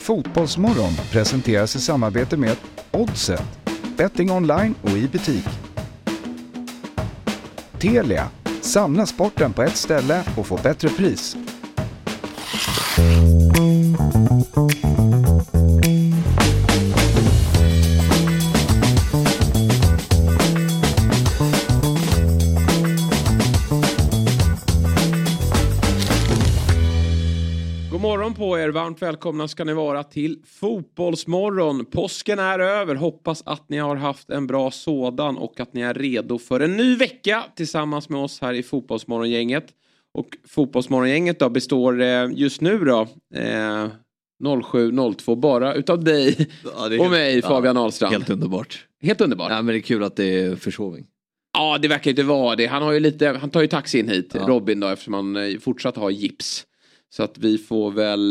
Fotbollsmorgon presenteras i samarbete med Oddset, betting online och i butik. Telia, samla sporten på ett ställe och få bättre pris. God morgon på er, varmt välkomna ska ni vara till Fotbollsmorgon. Påsken är över, hoppas att ni har haft en bra sådan och att ni är redo för en ny vecka tillsammans med oss här i Fotbollsmorgongänget. Och Fotbollsmorgongänget då består just nu då 07.02 bara utav dig och mig, Fabian Ahlstrand. Helt underbart. Helt underbart. Ja, men det är kul att det är försovning. Ja, det verkar inte vara det. Han tar ju taxin hit, Robin då, eftersom han fortsatt har gips. Så att vi får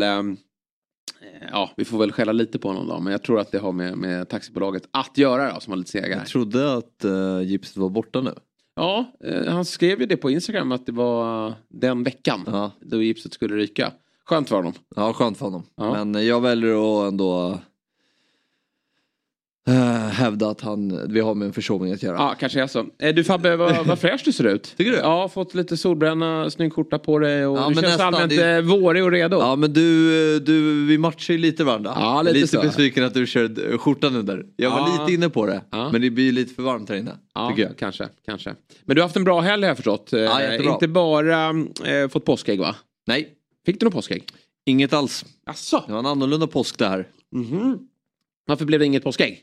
väl skälla lite på honom då. Men jag tror att det har med taxibolaget att göra då, som har lite sega. Jag trodde att gipset var borta nu. Ja, han skrev ju det på Instagram att det var den veckan då gipset skulle ryka. Skönt för honom. Ja, skönt för honom. Ja. Men jag väljer att ändå hävda att vi har med en försovning att göra. Ja, kanske är så. Du Fabbe, vad fräsch du ser ut. Tycker du? Ja, fått lite solbränna, snygg skjorta på dig och du känns allmänt vårig och redo. Ja, men vi matchar ju lite varandra. Ja, lite besviken att du kör skjortan nu där. Jag var lite inne på det, men det blir lite för varmt här inne. Ja, tycker jag. Kanske. Men du har haft en bra helg här förstått. Ja, jättebra. Inte bara fått påskägg va? Nej. Fick du någon påskägg? Inget alls. Asså? Det var en annorlunda påsk det här. Mhm. Varför blev det inget påskägg?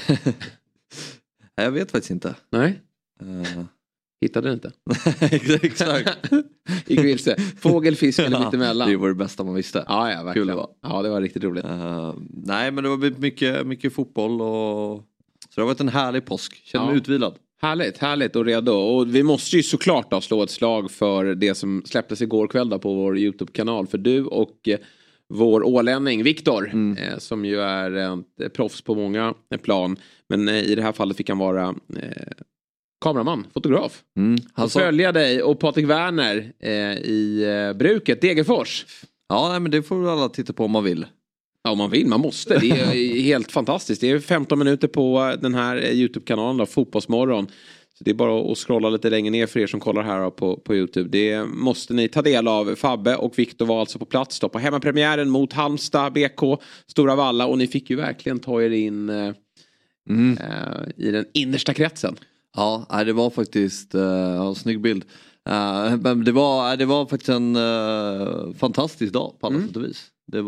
Jag vet faktiskt inte. Nej. Hittade du inte? Exakt. Gick vilse. Fågel, fisk eller mittemellan. Det var det bästa man visste. Ja, verkligen. Kul det var. Ja, det var riktigt roligt. Nej, men det var mycket fotboll och så det har varit en härlig påsk. Känner mig utvilad. Härligt och redo. Och vi måste ju såklart slå ett slag för det som släpptes igår kväll då på vår YouTube-kanal. För du och vår ålänning Viktor, som ju är en proffs på många plan. Men i det här fallet fick han vara kameraman, fotograf. Och följa dig och Patrik Werner i bruket, Degerfors. Ja, nej, men det får alla titta på om man vill. Ja, om man vill, man måste. Det är helt fantastiskt. Det är 15 minuter på den här YouTube-kanalen då, Fotbollsmorgon. Så det är bara att scrolla lite längre ner för er som kollar här på YouTube. Det måste ni ta del av. Fabbe och Viktor var alltså på plats då på hemmapremiären mot Halmstad BK, Stora Valla. Och ni fick ju verkligen ta er in i den innersta kretsen. Ja, det var faktiskt snygg bild. Men det var faktiskt en fantastisk dag på alla sätt och vis. Det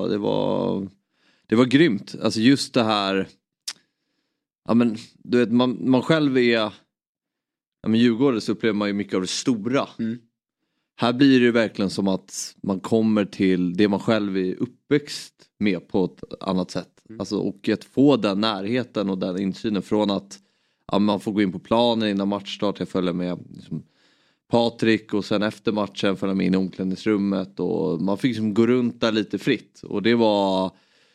var grymt. Alltså just det här. Ja, men du vet, man själv är Djurgården, så upplever man ju mycket av det stora. Här blir det verkligen som att man kommer till det man själv är uppväxt med på ett annat sätt. Alltså, och att få den närheten och den insynen från att man får gå in på planen innan matchstart. Jag följer med liksom Patrik och sen efter matchen följer med in i omklädningsrummet och man fick liksom gå runt där lite fritt. Och det var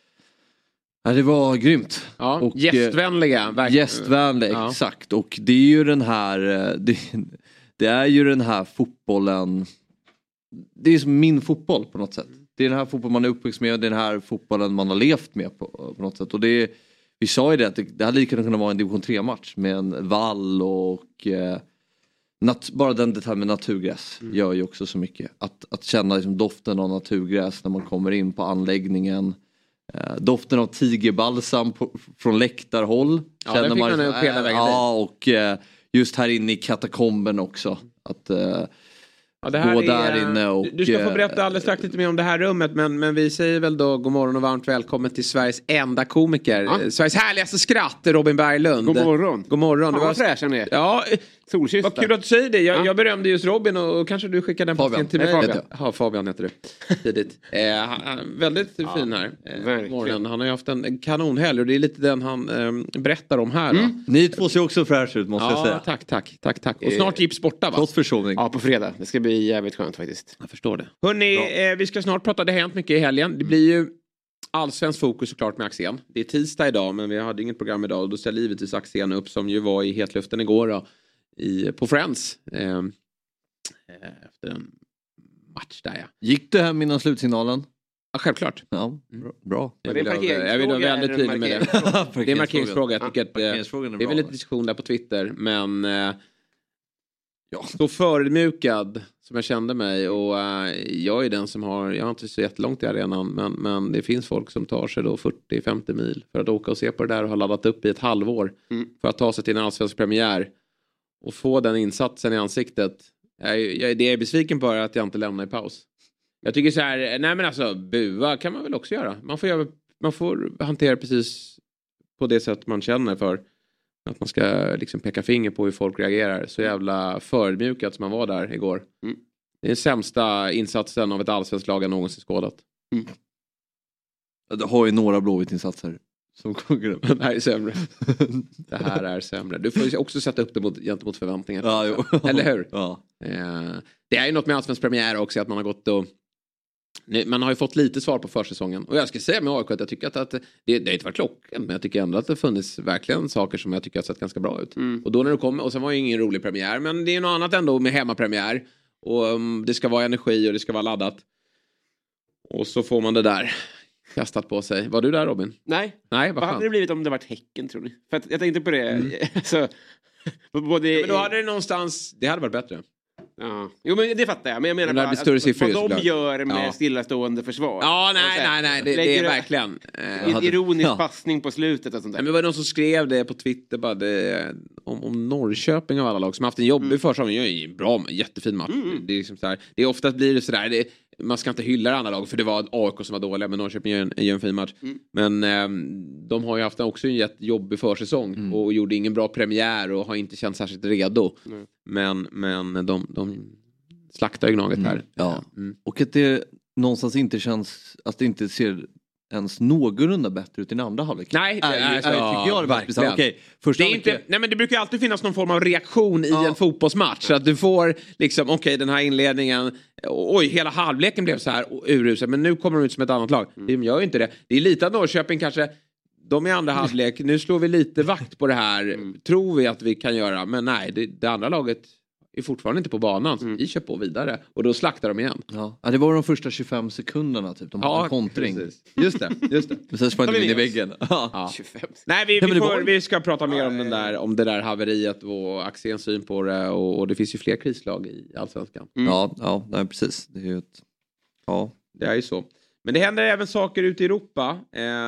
grymt. Ja, och gästvänliga. Gästvänliga, exakt. Och det är ju den här det är ju den här fotbollen. Det är som min fotboll på något sätt. Det är den här fotbollen man är uppväxt med. Det är den här fotbollen man har levt med på något sätt. Och vi sa ju det att det hade lika gärna kunnat vara en division 3-match med en vall och bara den detaljen med naturgräs gör ju också så mycket. Att känna liksom doften av naturgräs när man kommer in på anläggningen. Doften av tigerbalsam från läktarhåll. Ja, känner man upp hela vägen dit. Och just här inne i katakomben också. Att gå där inne och... Du ska få berätta alldeles strax lite mer om det här rummet. Men vi säger väl då god morgon och varmt välkommen till Sveriges enda komiker. Sveriges härligaste skratt, Robin Berglund. God morgon. God morgon. Fan, vad fräscha ni är. Ja, solkyssta. Vad kul att du säger det. Jag berömde just Robin och kanske du skickade den Fabian till mig. Fabian. Ja, Fabian heter du. Tidigt. Väldigt fin här. Morgonen. Han har ju haft en kanonhelg och det är lite den han berättar om här. Då. Ni två ser också fräscha ut, måste jag säga. Tack. Och snart gips borta va? Trots försovning. Ja, på fredag. Det ska bli jävligt skönt faktiskt. Jag förstår det. Hörrni, vi ska snart prata. Det har hänt mycket i helgen. Det blir ju allsvensk fokus såklart med Axén. Det är tisdag idag men vi hade inget program idag. Och då ställer givetvis Axén upp som ju var i hetluften igår då, på Friends. Efter en match där Gick det hem innan slutsignalen? Ja, självklart. Ja, bra. Jag vill vara väldigt tydlig med det. Det är en markeringsfråga. Jag tycker att det är väl lite diskussion där på Twitter. Men så förödmjukad som jag kände mig. Och jag är den som jag har inte så jättelångt i arenan. Men det finns folk som tar sig då 40-50 mil för att åka och se på det där. Och har laddat upp i ett halvår för att ta sig till en allsvensk premiär. Och få den insatsen i ansiktet. Det är besviken på att jag inte lämnar i paus. Jag tycker så här, nej men alltså bua kan man väl också göra. Man får hantera precis på det sätt man känner för att man ska liksom peka finger på hur folk reagerar. Så jävla förödmjukat som man var där igår. Det är den sämsta insatsen av ett allsvenskt lag jag någonsin skådat. Det har ju några Blåvitt-insatser som kommer upp. Det här är sämre. Det här är sämre. Du får ju också sätta upp det gentemot förväntningar. Ja, eller hur? Ja. Det är ju något med allsvensk premiär också att man har gått och man har ju fått lite svar på försäsongen. Och jag ska säga med AIK att jag tycker att det har inte varit klockan. Men jag tycker ändå att det funnits verkligen saker som jag tycker har sett ganska bra ut. Och då när det kommer, och sen var ju ingen rolig premiär. Men det är något annat ändå med hemmapremiär. Och det ska vara energi och det ska vara laddat. Och så får man det där kastat på sig. Var du där, Robin? Nej, vad hade det blivit om det varit Häcken, tror ni? För att jag tänkte på det. Så, både, men då hade det någonstans, det hade varit bättre. Ja. Jo, men det fattar jag. Men jag menar bara vad de gör med stillastående försvar. Ja, nej. Det är verkligen ironisk passning på slutet och sånt där. Men det var någon som skrev det på Twitter bara om Norrköping av alla lag som haft en jobbig försäsong. Det är en bra, jättefin match. Det är liksom så här, det är oftast blir det så där. Man ska inte hylla andra lag för det var AIK som var dåliga, men Norrköping gör en fin match. Men de har ju haft också en jättejobbig försäsong och gjorde ingen bra premiär och har inte känt särskilt redo. Men de slaktar ju Gnaget här. Ja. Och att det någonstans inte känns, att det inte ser ens någorlunda bättre ut i den andra halvlek. Nej, tycker jag det verkligen. Okej, första det är inte, nej, men det brukar alltid finnas någon form av reaktion i en fotbollsmatch. Så att du får liksom, den här inledningen, hela halvleken blev så här urusel, men nu kommer de ut som ett annat lag. De gör ju inte det. Det är lite att Norrköping kanske, de är andra halvlek, nu slår vi lite vakt på det här, tror vi att vi kan göra, men nej, det andra laget är fortfarande inte på banan, så vi kör på vidare. Och då slaktar de igen. Ja, det var de första 25 sekunderna typ. De hade kontring. Precis. Just det. Men sen sprang de in i väggen. Ja. 25. Nej, vi ska prata mer om det där haveriet och Axéns syn på det. Och det finns ju fler krislag i Allsvenskan. Ja, nej, precis. Det är ju det är ju så. Men det händer även saker ute i Europa.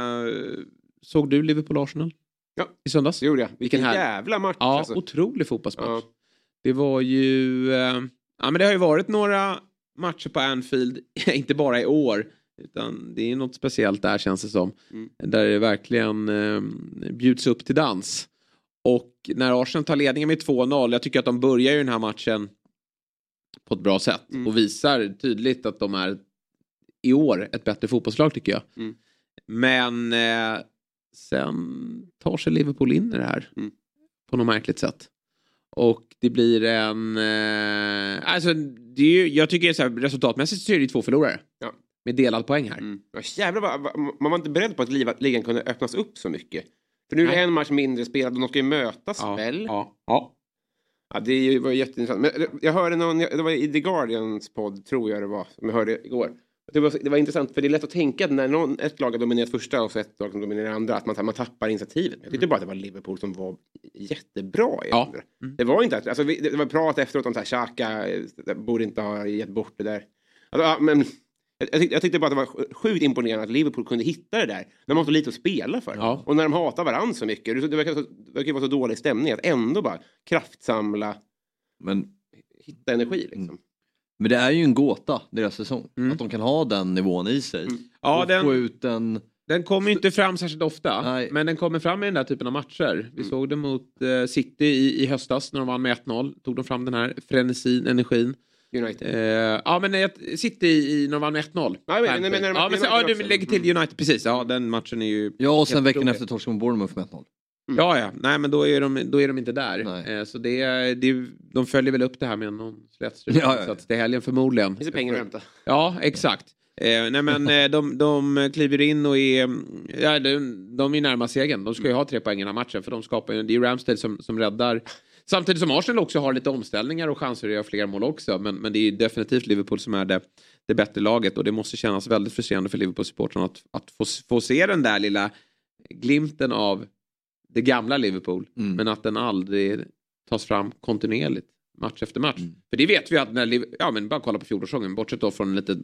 Såg du Liverpool-Arsenal? Ja. I söndags? Det gjorde jag. Vilken jävla match. Ja, alltså. Otrolig fotbollsmatch. Det var ju... men det har ju varit några matcher på Anfield, inte bara i år, utan det är något speciellt där, känns det som. Där det verkligen bjuds upp till dans. Och när Arsenal tar ledningen med 2-0, jag tycker att de börjar ju den här matchen på ett bra sätt. Och visar tydligt att de är i år ett bättre fotbollslag, tycker jag. Men sen tar sig Liverpool in i det här på något märkligt sätt. Och det blir en... alltså, det är ju, jag tycker så här, resultatmässigt så är det 2 förlorare. Ja. Med delad poäng här. Jävlar, man var inte beredd på att ligan kunde öppnas upp så mycket. För nu är det en match mindre spelad och de ska ju mötas väl? Ja, det var jätteintressant. Men jag hörde det var i The Guardians podd, tror jag det var, som jag hörde igår. Det var intressant, för det är lätt att tänka att när ett lag har dominerat första och så ett lag som dominerar andra, att man tappar initiativet. Jag tyckte bara att det var Liverpool som var jättebra i andra. Det var inte, alltså det var prat efteråt om så här, Xhaka borde inte ha gett bort det där. Alltså, men jag tyckte bara att det var sjukt imponerande att Liverpool kunde hitta det där när man har så lite att spela för. Ja. Och när de hatar varandra så mycket. Det verkar vara så dålig stämning att ändå bara kraftsamla, hitta energi liksom. Men det är ju en gåta, deras säsong. Att de kan ha den nivån i sig. Ja, få ut den kommer ju inte fram särskilt ofta. Nej. Men den kommer fram i den där typen av matcher. Vi såg det mot City i höstas när de vann med 1-0. Tog de fram den här frenesin, energin. United. Men City när de vann med 1-0. Men du lägger till United, precis. Ja, den matchen är ju... Ja, och sen veckan efter torsken mot Bournemouth med 1-0. Ja. Nej, men då är de inte där. Så de följer väl upp det här med någon slättstryk. Så att det är helgen förmodligen. Finns det pengar att hämta? Ja, exakt. Nej, men de kliver in och är... de är närmast segern. De ska ju ha 3 poäng i den här matchen. För de skapar det är Ramsdale som räddar Samtidigt som Arsenal också har lite omställningar och chanser att göra fler mål också. Men det är ju definitivt Liverpool som är det bättre laget. Och det måste kännas väldigt frustrerande för Liverpool-supportrarna att få se den där lilla glimten av det gamla Liverpool. Men att den aldrig tas fram kontinuerligt match efter match. För det vet vi att när men bara kolla på fjolårssäsongen, bortsett då från en lite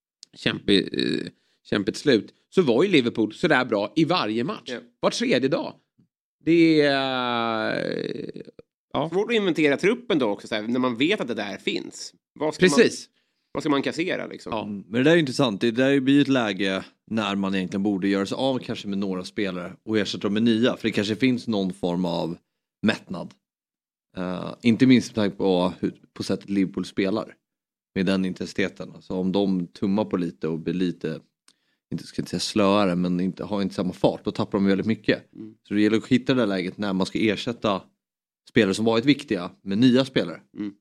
kämpigt slut, så var ju Liverpool så där bra i varje match. Var tredje dag. Det är... Svårt att inventera truppen då också, så här, när man vet att det där finns. Vad ska man kassera liksom? Ja, men det där är intressant. Det där blir ett läge när man egentligen borde göra sig av kanske med några spelare och ersätta dem med nya. För det kanske finns någon form av mättnad. Inte minst med tanke på sättet Liverpool spelar. Med den intensiteten. Alltså om de tummar på lite och blir lite, ska inte säga slöare, men har inte samma fart, då tappar de väldigt mycket. Så det gäller att hitta det där läget när man ska ersätta spelare som varit viktiga med nya spelare.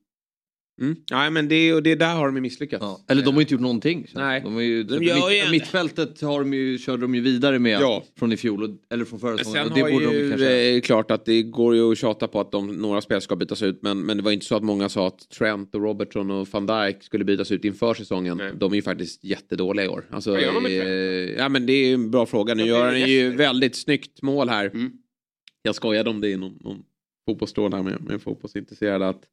Ja, men det där har de ju misslyckats. Ja. Eller de har inte gjort någonting. Nej. Mittfältet körde de ju vidare med från i fjol eller från förra säsongen. Sen det är klart att det går ju att tjata på att några spelare ska bytas ut, men det var inte så att många sa att Trent och Robertson och Van Dijk skulle bytas ut inför säsongen. Nej. De är ju faktiskt jättedåliga i år. Alltså, men det är ju en bra fråga. Nu gör han ju väldigt snyggt mål här. Jag skojade om det i någon fotbollsstrål här med fotbollsintresserade att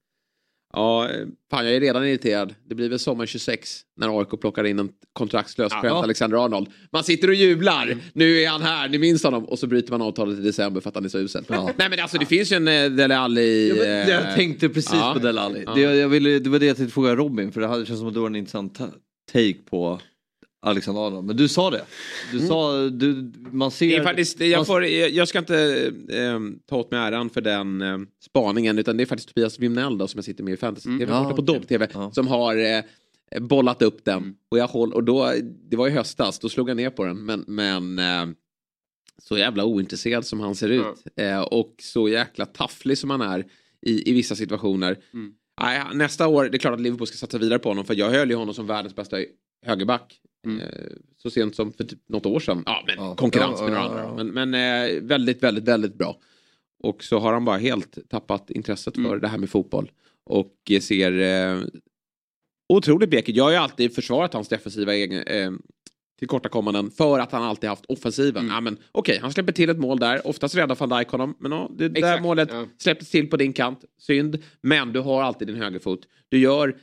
fan, jag är redan irriterad. Det blir väl sommar 26 när AIK plockar in en kontraktslös Alexander Arnold. Man sitter och jublar. Nu är han här, ni minns honom. Och så bryter man avtalet i december för att han är så usel. Nej, men alltså det finns ju en Dele Alli. Jag tänkte precis på Dele Alli. Det var det jag tänkte fråga Robin. För det känns som att det var en intressant take på Alexander Arnold. Men du sa det. Du sa man ser. Det är faktiskt, jag ska inte ta åt mig äran för den spaningen, utan det är faktiskt Tobias Wimnell då, som jag sitter med i Fantasy. Det är borta på Dobb TV som har bollat upp den. Och då, det var i höstas, då slog jag ner på den. Men så jävla ointresserad som han ser ut. Och så jäkla tafflig som han är i vissa situationer. Nästa år, det är klart att Liverpool ska satsa vidare på honom. För jag höll ju honom som världens bästa högerback. Så sent som för typ något år sedan. Konkurrens med några andra. Men väldigt, väldigt, väldigt bra. Och så har han bara helt tappat intresset för det här med fotboll. Och ser otroligt blekigt. Jag har ju alltid försvarat hans defensiva tillkortakommanden för att han alltid haft offensiven. Okej, han släpper till ett mål där. Oftast räddar Van Dijk honom. Men det där målet släpptes till på din kant. Synd. Men du har alltid din högerfot. Du gör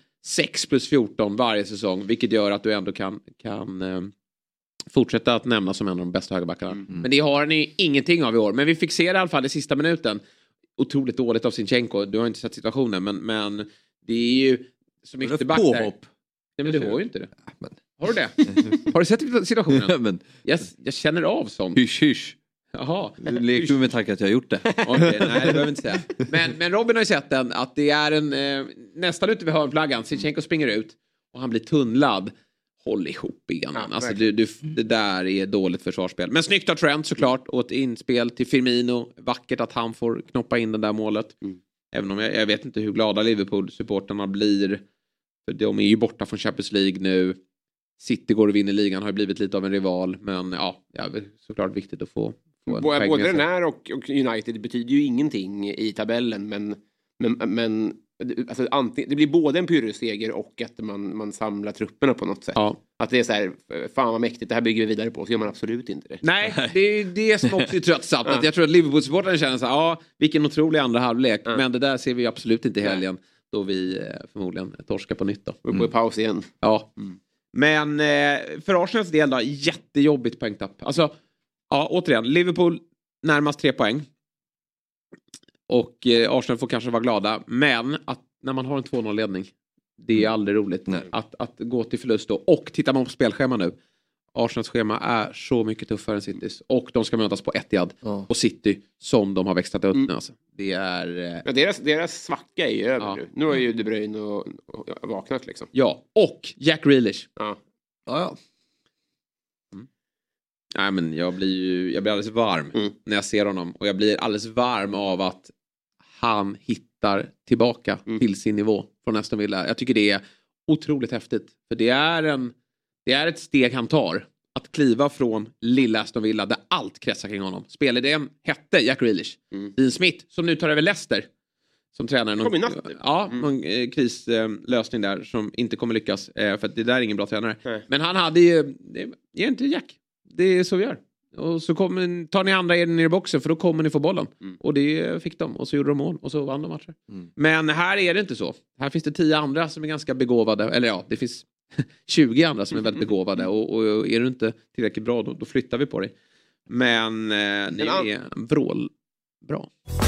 6+14 varje säsong, vilket gör att du ändå kan fortsätta att nämna som en av de bästa högerbackarna. Men det har han ju ingenting av i år. Men vi fick se det i alla fall i sista minuten. Otroligt dåligt av Zinchenko. Du har inte sett situationen, men det är ju som ytterback där. Nej, men du har ju inte det. Har du det? Har du sett situationen? Jag känner av sånt. Hysch. Jaha. Du leker med tanken att jag har gjort det. Okay, nej, det behöver inte säga. Men Robin har ju sett den, att det är en nästan ute vid hörnflaggan. Zinchenko springer ut och han blir tunnlad. Håll ihop benen. Alltså, det där är dåligt försvarsspel. Men snyggt av Trent såklart. Och ett inspel till Firmino. Vackert att han får knoppa in det där målet. Även om jag vet inte hur glada Liverpool-supporterna blir. För de är ju borta från Champions League nu. City går och vinner ligan, har ju blivit lite av en rival. Men såklart viktigt att få både den här och United betyder ju ingenting i tabellen, men alltså, det blir både en pyrrusseger och att man samlar trupperna på något sätt. Att det är så här, fan vad mäktigt, det här bygger vi vidare på, så gör man absolut inte det. Nej, det är det som också är tröttsamt. Att jag tror att Liverpool-supportrarna känner så här, vilken otrolig andra halvlek, men det där ser vi absolut inte i helgen, då vi förmodligen torskar på nytt då. We're på paus igen. Men för Arsenals del då, jättejobbigt poängtapp. Alltså, återigen, Liverpool närmast 3 poäng. Och Arsenal får kanske vara glada. Men att när man har en 2-0-ledning, det är aldrig roligt att gå till förlust då. Och tittar man på spelschema nu, Arsenals schema är så mycket tuffare än Citys. Och de ska mötas på Etihad och City som de har växlat ut nu. Alltså. Det är... deras svacka är ju över nu. Nu har ju De Bruyne och vaknat liksom. Ja, och Jack Grealish. Ja. Nej, men jag blir alldeles varm när jag ser honom. Och jag blir alldeles varm av att han hittar tillbaka till sin nivå från Aston Villa. Jag tycker det är otroligt häftigt. För det är ett steg han tar. Att kliva från lilla Aston Villa där allt kretsar kring honom. Spelidén hette Jack Grealish. Dean Smith som nu tar över Leicester. som tränare. Någon krislösning där som inte kommer lyckas. För att det där är ingen bra tränare. Nej. Men han hade ju... Ge inte Jack. Det är så vi gör. Och så tar ni andra er ner i boxen för då kommer ni få bollen. Och det fick de. Och så gjorde de mål. Och så vann de matcher. Men här är det inte så. Här finns det 10 andra som är ganska begåvade. Eller ja, det finns 20 andra som är väldigt begåvade. Och är du inte tillräckligt bra då flyttar vi på dig. Men det är vrålbra.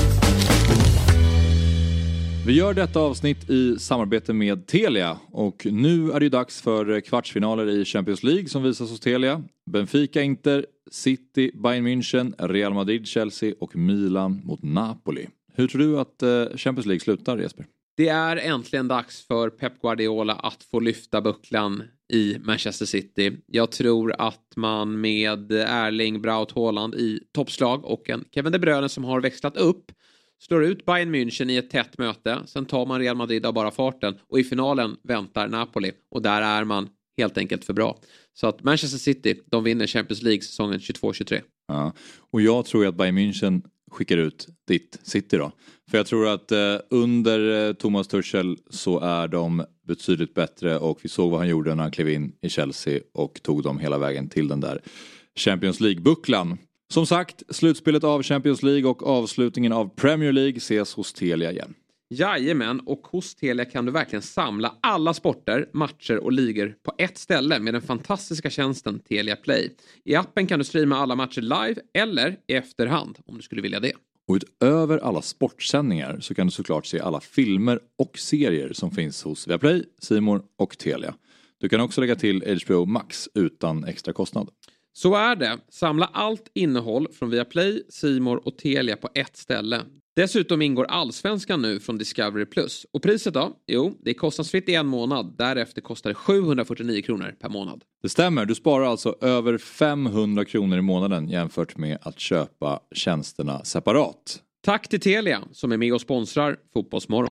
Vi gör detta avsnitt i samarbete med Telia och nu är det dags för kvartsfinaler i Champions League som visas hos Telia. Benfica, Inter, City, Bayern München, Real Madrid, Chelsea och Milan mot Napoli. Hur tror du att Champions League slutar, Jesper? Det är äntligen dags för Pep Guardiola att få lyfta bucklan i Manchester City. Jag tror att man med Erling Braut Haaland i toppslag och en Kevin De Bruyne som har växlat upp slår ut Bayern München i ett tätt möte. Sen tar man Real Madrid av bara farten. Och i finalen väntar Napoli. Och där är man helt enkelt för bra. Så att Manchester City, de vinner Champions League säsongen 22-23. Ja, och jag tror att Bayern München skickar ut ditt City då. För jag tror att under Thomas Tuchel så är de betydligt bättre. Och vi såg vad han gjorde när han klev in i Chelsea. Och tog dem hela vägen till den där Champions League-bucklan. Som sagt, slutspelet av Champions League och avslutningen av Premier League ses hos Telia igen. Jajamän, och hos Telia kan du verkligen samla alla sporter, matcher och ligor på ett ställe med den fantastiska tjänsten Telia Play. I appen kan du streama alla matcher live eller i efterhand om du skulle vilja det. Och utöver alla sportsändningar så kan du såklart se alla filmer och serier som finns hos Viaplay, C More och Telia. Du kan också lägga till HBO Max utan extra kostnad. Så är det. Samla allt innehåll från Viaplay, C More och Telia på ett ställe. Dessutom ingår Allsvenskan nu från Discovery+. Och priset då? Jo, det är kostnadsfritt i en månad. Därefter kostar det 749 kronor per månad. Det stämmer, du sparar alltså över 500 kronor i månaden jämfört med att köpa tjänsterna separat. Tack till Telia som är med och sponsrar Fotbollsmorgon.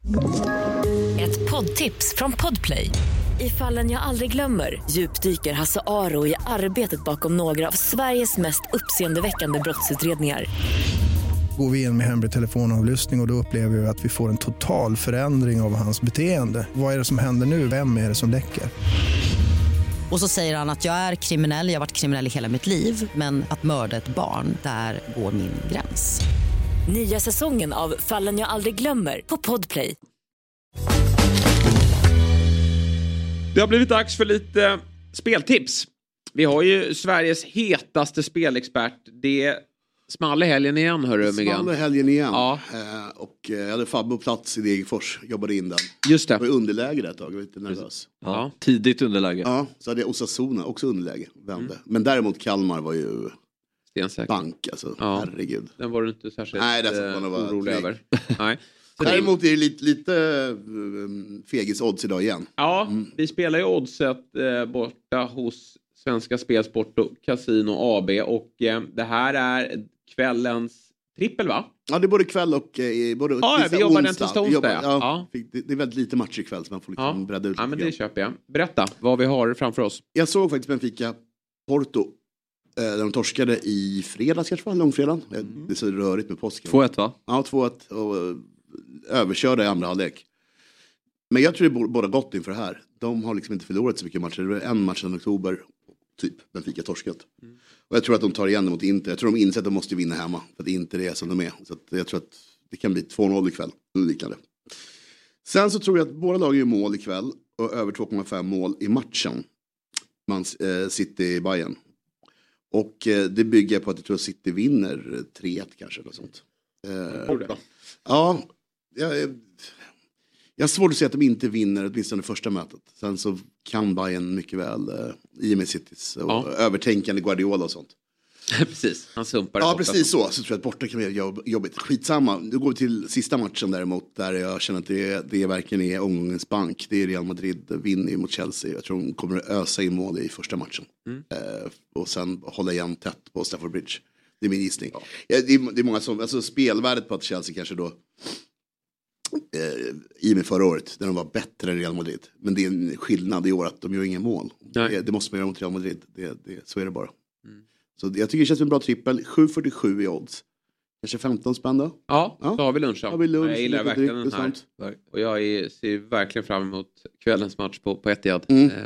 Ett poddtips från Podplay. I Fallen jag aldrig glömmer djupdyker Hasse Aro i arbetet bakom några av Sveriges mest uppseendeväckande brottsutredningar. Går vi in med hemlig telefonavlyssning och då upplever vi att vi får en total förändring av hans beteende. Vad är det som händer nu? Vem är det som läcker? Och så säger han att jag är kriminell, jag har varit kriminell i hela mitt liv. Men att mörda ett barn, där går min gräns. Nya säsongen av Fallen jag aldrig glömmer på Podplay. Det har blivit dags för lite speltips. Vi har ju Sveriges hetaste spelexpert. Det small helgen igen, hörru Miguel. Small helgen igen. Ja. Och jag hade Fabbe på plats i Degerfors. Jobbade in den. Just det. Jag var i underläge ett tag. Jag var lite nervös. Ja. Tidigt underläge. Ja, så hade jag Osasuna också underläge. Vände. Men däremot Kalmar var ju stensäker. Bank. Alltså, herregud. Den var du inte särskilt orolig över. Nej. Däremot är det lite fegis odds idag igen. Ja, vi spelar ju oddset borta hos Svenska Spelsport och Casino AB. Och det här är kvällens trippel, va? Ja, det är både kväll och både vi jobbar den till onsdag. Det är väldigt lite matcher ikväll så man får liksom bredda ut. Ja, men det köper jag. Berätta vad vi har framför oss. Jag såg faktiskt Benfica Porto. Där de torskade i fredags kanske var långfredagen. Det är så rörigt med påsken. 2-1 va? Ja, 2-1 och överkörda i andra halvlek. Men jag tror det båda gott inför det här. De har liksom inte förlorat så mycket matcher. Det var en match i oktober typ Benfica torskat. Och jag tror att de tar igen det mot Inter. Jag tror de inser att de måste vinna hemma. För att Inter är som de är. Så att jag tror att det kan bli 2-0 ikväll. Liknande. Sen så tror jag att båda lag gör mål ikväll. Och över 2,5 mål i matchen. City-Bayern. Och det bygger på att jag tror att City vinner 3-1 kanske. Eller sånt. Ja, jag har svårt att säga att de inte vinner åtminstone första mötet. Sen så kan Bayern mycket väl i och med Citys övertänkande Guardiola och sånt. Precis, han sumpar. Ja, precis så. Så tror jag att borta kan bli jobbigt. Skitsamma. Nu går vi till sista matchen däremot. Där jag känner att det verkligen är omgångens bank. Det är Real Madrid vinner mot Chelsea. Jag tror de kommer att ösa in mål i första matchen. Och sen hålla igen tätt på Stamford Bridge. Det är min gissning. Ja. Det är många som, alltså spelvärdet på att Chelsea kanske då i med förra året där de var bättre än Real Madrid. Men det är en skillnad i år att de gör inga mål. Det måste man göra mot Real Madrid. Så är det bara. Så jag tycker det känns som en bra trippel. 7,47 i odds. Kanske 15 spänn då? Ja, så har vi lunch. Jag gillar verkligen den här. Och jag ser verkligen fram emot kvällens match på Etihad.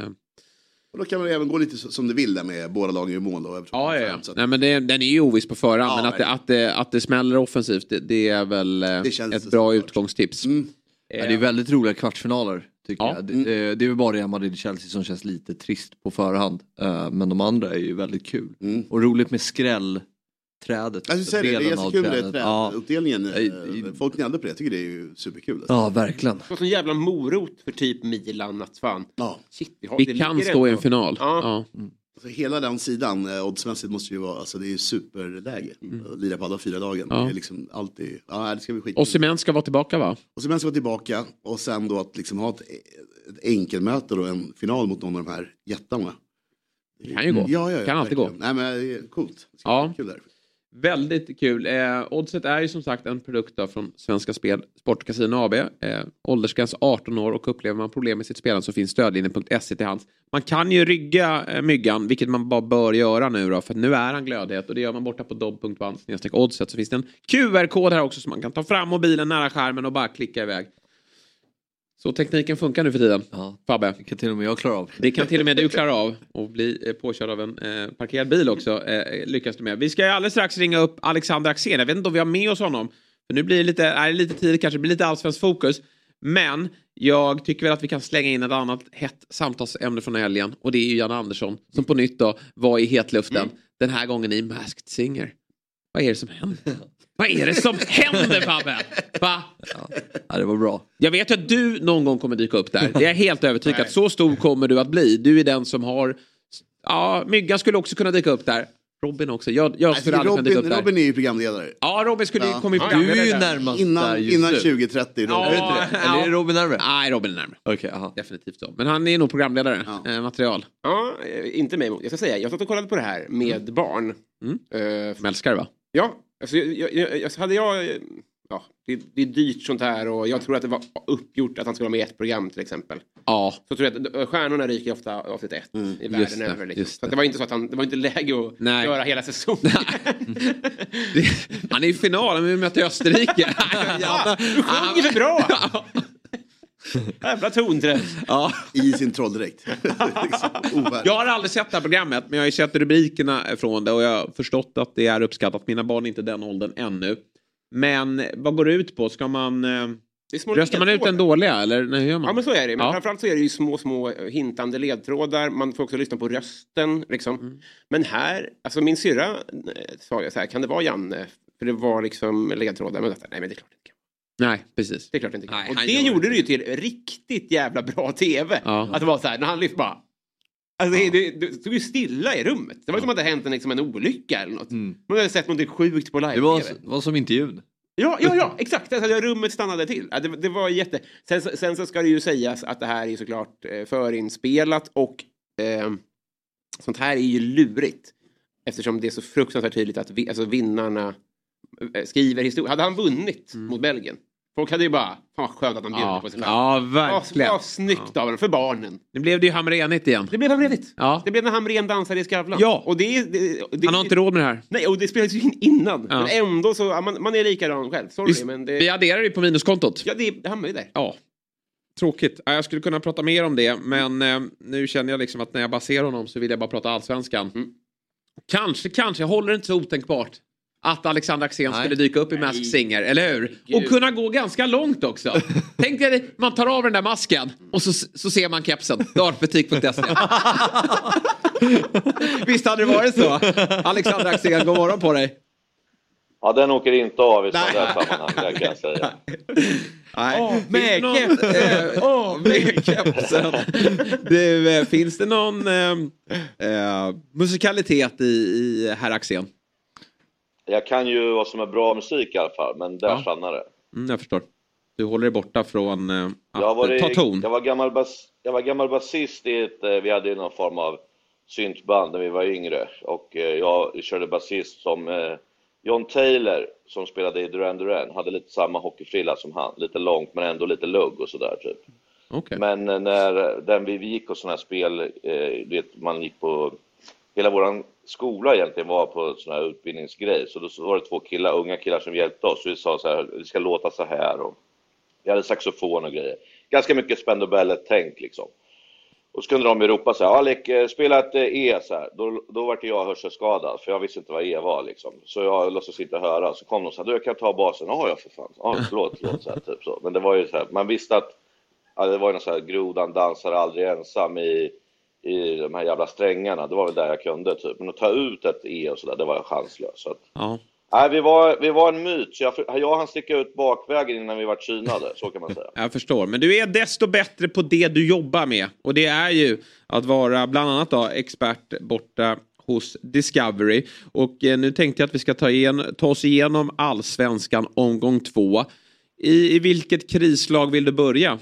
Och då kan man även gå lite som du vill där med båda lagen i mål. Då, ja. Nej, men den är ju oviss på förhand. Men att det smäller offensivt, det är väl ett bra utgångstips. Ja, det är väldigt roliga kvartsfinaler tycker jag. Det är väl bara Real Madrid-Chelsea som känns lite trist på förhand. Men de andra är ju väldigt kul. Och roligt med skrällträdet. Det är så kul med träduppdelningen. Folk gnällde på det. Jag tycker det är ju superkul. Ja, verkligen. Det var så jävla morot för typ Milan att fan. Shit, vi kan stå i en final. Alltså, hela den sidan oddsmässigt måste ju vara, alltså det är ju superläge. Lira på alla 4 dagen. Det är liksom alltid, det ska vi skita. Osimhen ska vara tillbaka va? Osimhen ska vara tillbaka och sen då att liksom ha ett enkelmöte och en final mot någon av de här jättarna. Det kan ju gå. Kan alltid gå. Nej men coolt. Kul där. Väldigt kul. Oddset är ju som sagt en produkt från Svenska Spel, Sport och Casino AB. Åldersgräns 18 år och upplever man problem med sitt spelande så finns stödlinjen.se till hands. Man kan ju rygga myggan, vilket man bara bör göra nu då, för nu är han glödhet och det gör man borta på dobb.band/oddset. Så finns det en QR-kod här också så man kan ta fram mobilen nära skärmen och bara klicka iväg. Så tekniken funkar nu för tiden. Fabbe. Det kan till och med jag klara av. Det kan till och med du klara av. Och bli påkörd av en parkerad bil också. Lyckas du med. Vi ska ju alldeles strax ringa upp Alexander Axén. Jag vet inte om vi har med oss honom. För nu blir det lite tid. Kanske blir lite allsvensk fokus. Men jag tycker väl att vi kan slänga in ett annat hett samtalsämne från helgen. Och det är ju Jan Andersson. Som på nytt då var i hetluften. Den här gången i Masked Singer. Vad är det som händer? Vad är det som händer, Fabbe? Va? Ja, det var bra. Jag vet att du någon gång kommer dyka upp där. Det är helt övertygad. Så stor kommer du att bli. Du är den som har... Ja, Myggan skulle också kunna dyka upp där. Robin också. Jag skulle aldrig kunna dyka upp där. Robin är ju programledare. Ja, Robin skulle ju komma i programledare. Du är ju närmast innan 2030. Eller är Robin närmare? Nej, Robin är närmare. Okej, definitivt så. Men han är nog programledare. Material. Ja, inte mig emot. Jag ska säga, jag satt och kollade på det här med barn. Som älskar det va? Ja, alltså, det är dyrt sånt här och jag tror att det var uppgjort att han skulle vara med i ett program till exempel. Ja. Så tror jag att stjärnorna ryker ofta avsnitt 1 i världen över. Liksom. Så att det var inte så att det var inte läge att göra hela säsongen. Han är i finalen, vi möter Österrike. Du sjunger för bra! Jävla tonträff. I sin trolldräkt. Jag har aldrig sett det här programmet, men jag har ju sett rubrikerna från det och jag har förstått att det är uppskattat. Mina barn är inte den åldern ännu. Men vad går det ut på? Ska man... Röstar man ut den dåliga eller hur gör man? Ja men så är det. Men framförallt så är det ju små hintande ledtrådar. Man får också lyssna på rösten liksom. Men här, alltså min syrra sa jag så här, kan det vara Janne? För det var liksom ledtrådar. Men nej men det är klart inte kan. Nej, precis. Det är klart inte kan. Och det gjorde det ju till riktigt jävla bra tv. Att det var så här, när han lyfte bara... Alltså det stod ju stilla i rummet. Det var som att det hänt en olycka eller något. Man hade sett något sjukt på live. Det var som intervjun. Ja, exakt. Alltså, rummet stannade till. Det var jätte... Sen så ska det ju sägas att det här är såklart förinspelat och sånt här är ju lurigt. Eftersom det är så fruktansvärt tydligt att vinnarna skriver historia. Hade han vunnit mot Belgien? Folk hade ju bara, fan vad skönt att han bjöd på sig själv. Ja, verkligen. Vad snyggt av den, för barnen. Nu blev det ju Hamrenigt igen. Det blev Hamrenigt. Ja. Det blev när Hamren dansade i Skavlan. Ja. Och han har inte råd med det här. Nej, och det spelades ju innan. Ja. Men ändå så, man är likadan själv. Sorry, men vi adderar ju på minuskontot. Ja, det hamnar ju där. Ja. Tråkigt. Jag skulle kunna prata mer om det. Men nu känner jag liksom att när jag bara ser honom så vill jag bara prata allsvenskan. Kanske, jag håller inte så otänkbart att Alexander Axén skulle dyka upp i Masked Singer, eller hur? Gud. Och kunna gå ganska långt också. Tänk dig, man tar av den där masken och så ser man kepsen. Dartbutik.se. Visst hade det varit så? Alexander Axén, god morgon på dig. Ja, den åker inte av i sådana där sammanhang, det kan jag säga. Med kepsen. Finns det någon musikalitet i herr Axén? Jag kan ju vad som är bra musik i alla fall, men där stannar det. Jag förstår. Du håller dig borta från ta ton. Jag var gammal basist i vi hade ju någon form av syntband när vi var yngre. Och jag körde basist som John Taylor som spelade i Duran Duran. Hade lite samma hockeyfrilla som han. Lite långt men ändå lite lugg och sådär typ. Okay. Men när vi gick på sådana här spel, man gick på... Hela våran skola egentligen var på en sån här utbildningsgrej. Så då var det 2 unga killar som hjälpte oss. Så vi sa så här, det ska låta så här. Och vi hade saxofon och grejer. Ganska mycket Spandau Ballet-tänk liksom. Och så kunde de i Europa säga, Alec, spela ett E så här. Då var jag hörselskadad, för jag visste inte vad E var liksom. Så jag låtsades inte höra. Så kom de så här, jag kan ta basen. Ja, för fan. Förlåt så här, typ så. Men det var ju så här, man visste att det var ju någon så här, grodan dansar aldrig ensam i de här jävla strängarna. Det var väl där jag kunde typ. Men att ta ut ett E och sådär, det var jag chanslös. Så att, ja. Nej, vi var en myt. Så jag hann sticka ut bakvägen innan vi var synade, så kan man säga. Jag förstår, men du är desto bättre på det du jobbar med. Och det är ju att vara bland annat då expert borta hos Discovery. Och nu tänkte jag att vi ska ta oss igenom Allsvenskan omgång 2. I vilket krislag vill du börja?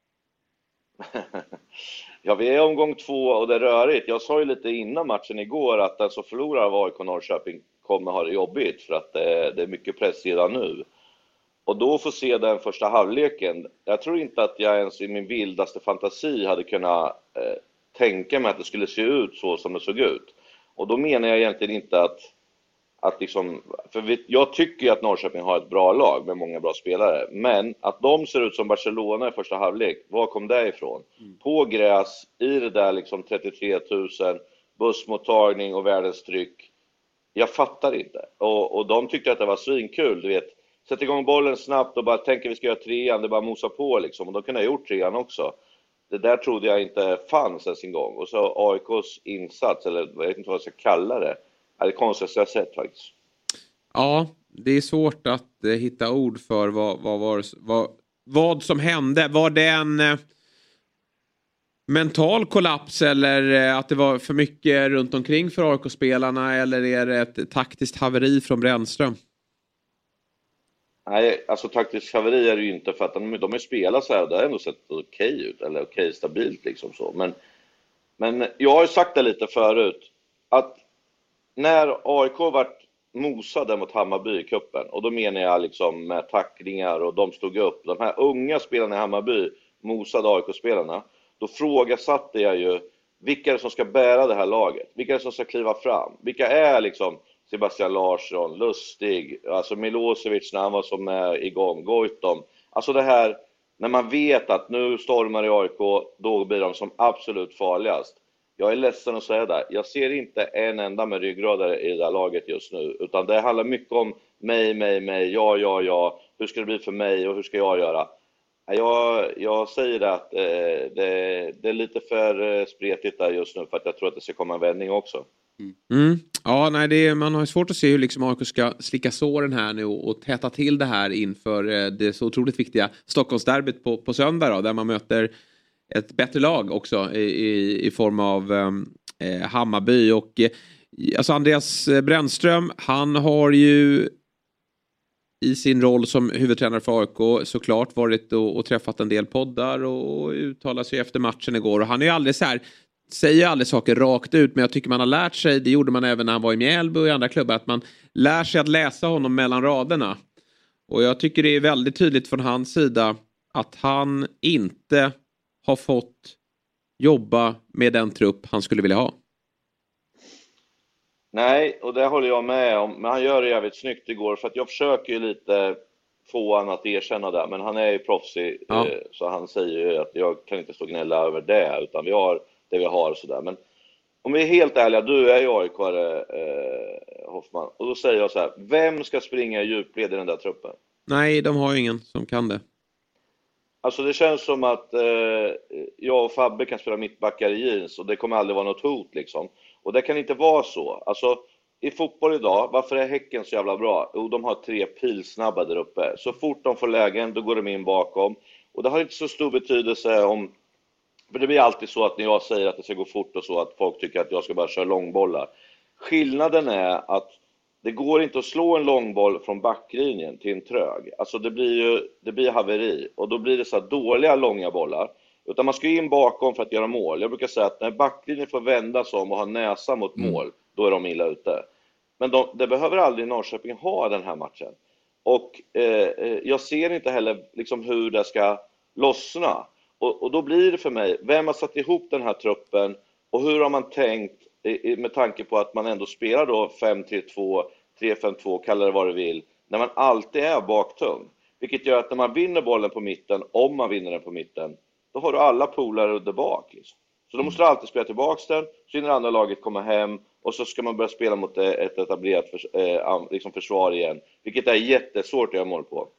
Ja, vi är omgång 2 och det är rörigt. Jag sa ju lite innan matchen igår att den som förlorar av AIK Norrköping kommer ha det jobbigt, för att det är mycket press redan nu. Och då får se den första halvleken. Jag tror inte att jag ens i min vildaste fantasi hade kunnat tänka mig att det skulle se ut så som det såg ut. Och då menar jag egentligen inte att liksom, för jag tycker ju att Norrköping har ett bra lag med många bra spelare, men att de ser ut som Barcelona i första halvlek, var kom det ifrån? På gräs, i det där liksom 33 000, bussmottagning och världens tryck. Jag fattar inte. Och de tyckte att det var svinkul, du vet. Sätt igång bollen snabbt och bara tänker vi ska göra 3an, det bara mosa på liksom. Och de kunde ha gjort 3an också. Det där trodde jag inte fanns ens en gång. Och så AIKs insats, eller jag vet inte vad jag ska kalla det. Det är det konstigaste jag sett faktiskt. Ja, det är svårt att hitta ord för vad som hände. Var det en mental kollaps, eller att det var för mycket runt omkring för AIK-spelarna, eller är det ett taktiskt haveri från Brännström? Nej, alltså taktiskt haveri är det ju inte, för att de är spelat så här och det har ändå sett okej ut, eller okej stabilt liksom så. Men jag har ju sagt det lite förut, att när AIK vart mosade mot Hammarby i kuppen, och då menar jag liksom med tacklingar och de stod upp, de här unga spelarna i Hammarby mosade AIK-spelarna, då frågasatte jag ju vilka är det som ska bära det här laget, vilka är det som ska kliva fram, vilka är liksom Sebastian Larsson, Lustig, alltså Milosevic när han var som är igång, Goitom, alltså det här när man vet att nu stormar i AIK, då blir de som absolut farligast. Jag är ledsen att säga det. Jag ser inte en enda med ryggradare i det här laget just nu. Utan det handlar mycket om mig, ja. Hur ska det bli för mig och hur ska jag göra? Jag säger det att det är lite för spretigt där just nu, för att jag tror att det ska komma en vändning också. Ja, nej, man har svårt att se hur liksom AIK ska slicka såren här nu och täta till det här inför det så otroligt viktiga Stockholmsderbyt på söndag då, där man möter ett bättre lag också i form av Hammarby. Och alltså Andreas Brännström, han har ju i sin roll som huvudtränare för AIK såklart varit och träffat en del poddar och uttalat sig efter matchen igår. Och han är ju aldrig så här, säger aldrig saker rakt ut, men jag tycker man har lärt sig, det gjorde man även när han var i Mjällby och i andra klubbar, att man lär sig att läsa honom mellan raderna. Och jag tycker det är väldigt tydligt från hans sida att han inte har fått jobba med den trupp han skulle vilja ha. Nej, och det håller jag med om. Men han gör det jävligt snyggt igår, för att jag försöker ju lite få han att erkänna det. Men han är ju proffsig, så han säger ju att jag kan inte stå och gnälla över det, utan vi har det vi har sådär. Men om vi är helt ärliga, du är ju AIK-are, Hoffman. Och då säger jag så här, vem ska springa i djupled i den där truppen? Nej, de har ju ingen som kan det. Alltså det känns som att jag och Fabbe kan spela mittbackar i jeans och det kommer aldrig vara något hot liksom. Och det kan inte vara så. Alltså i fotboll idag, varför är Häcken så jävla bra? Jo, de har 3 pilsnabba där uppe. Så fort de får lägen, då går de in bakom. Och det har inte så stor betydelse om... För det blir alltid så att när jag säger att det ska gå fort och så, att folk tycker att jag ska bara köra långbollar. Skillnaden är att det går inte att slå en långboll från backlinjen till en trög. Alltså det blir haveri. Och då blir det så här dåliga långa bollar. Utan man ska in bakom för att göra mål. Jag brukar säga att när backlinjen får vända sig om och ha näsa mot mål, då är de illa ute. Men det behöver aldrig Norrköping ha den här matchen. Och jag ser inte heller liksom hur det ska lossna. Och då blir det för mig, vem har satt ihop den här truppen och hur har man tänkt med tanke på att man ändå spelar då 5-3-2, 3-5-2, kalla det vad du vill, när man alltid är baktung. Vilket gör att när man vinner bollen på mitten, om man vinner den på mitten, då har du alla polare där bak. Liksom. Så då måste du alltid spela tillbaka den, så när andra laget kommer hem och så ska man börja spela mot ett etablerat liksom försvar igen. Vilket är jättesvårt att göra mål på.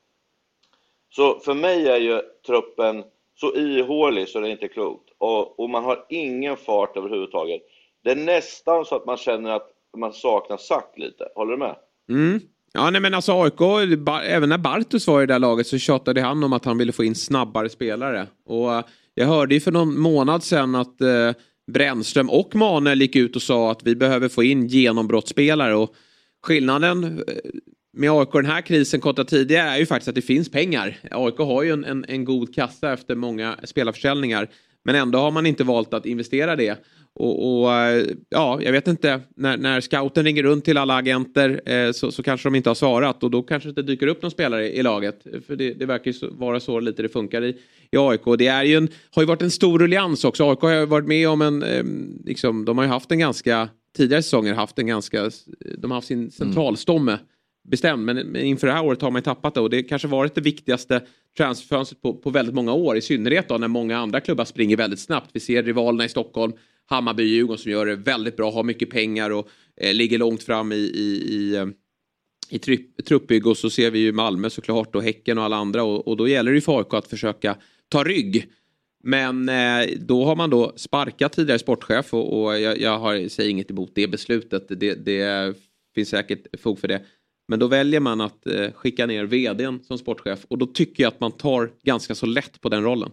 Så för mig är ju truppen så ihålig så det är inte klokt. Och man har ingen fart överhuvudtaget. Det är nästan så att man känner att man saknar Sack lite. Håller du med? Mm. Ja, nej, men alltså AIK, även när Bartos var i det där laget så tjatade han om att han ville få in snabbare spelare. Och jag hörde ju för någon månad sedan att Brännström och Manuel gick ut och sa att vi behöver få in genombrottsspelare. Och skillnaden med AIK den här krisen kontra tidigare är ju faktiskt att det finns pengar. AIK har ju en god kassa efter många spelarförsäljningar. Men ändå har man inte valt att investera det. Och ja, jag vet inte. När scouten ringer runt till alla agenter så kanske de inte har svarat. Och då kanske det inte dyker upp någon spelare i laget. För det verkar ju vara så lite det funkar i AIK. Det är ju har ju varit en stor ruljans också. AIK har ju varit med om liksom, de har ju haft en ganska tidigare säsonger de har haft sin centralstomme bestämd, men inför det här året har man tappat det och det kanske varit det viktigaste transferfönstret på väldigt många år, i synnerhet då när många andra klubbar springer väldigt snabbt. Vi ser rivalerna i Stockholm, Hammarby och Djurgården som gör det väldigt bra, har mycket pengar och ligger långt fram i truppbygge, och så ser vi ju Malmö såklart och Häcken och alla andra och då gäller det ju för AIK att försöka ta rygg. Men då har man då sparkat tidigare sportchef och jag säger inget emot det beslutet, det finns säkert fog för det. Men då väljer man att skicka ner vdn som sportchef. Och då tycker jag att man tar ganska så lätt på den rollen.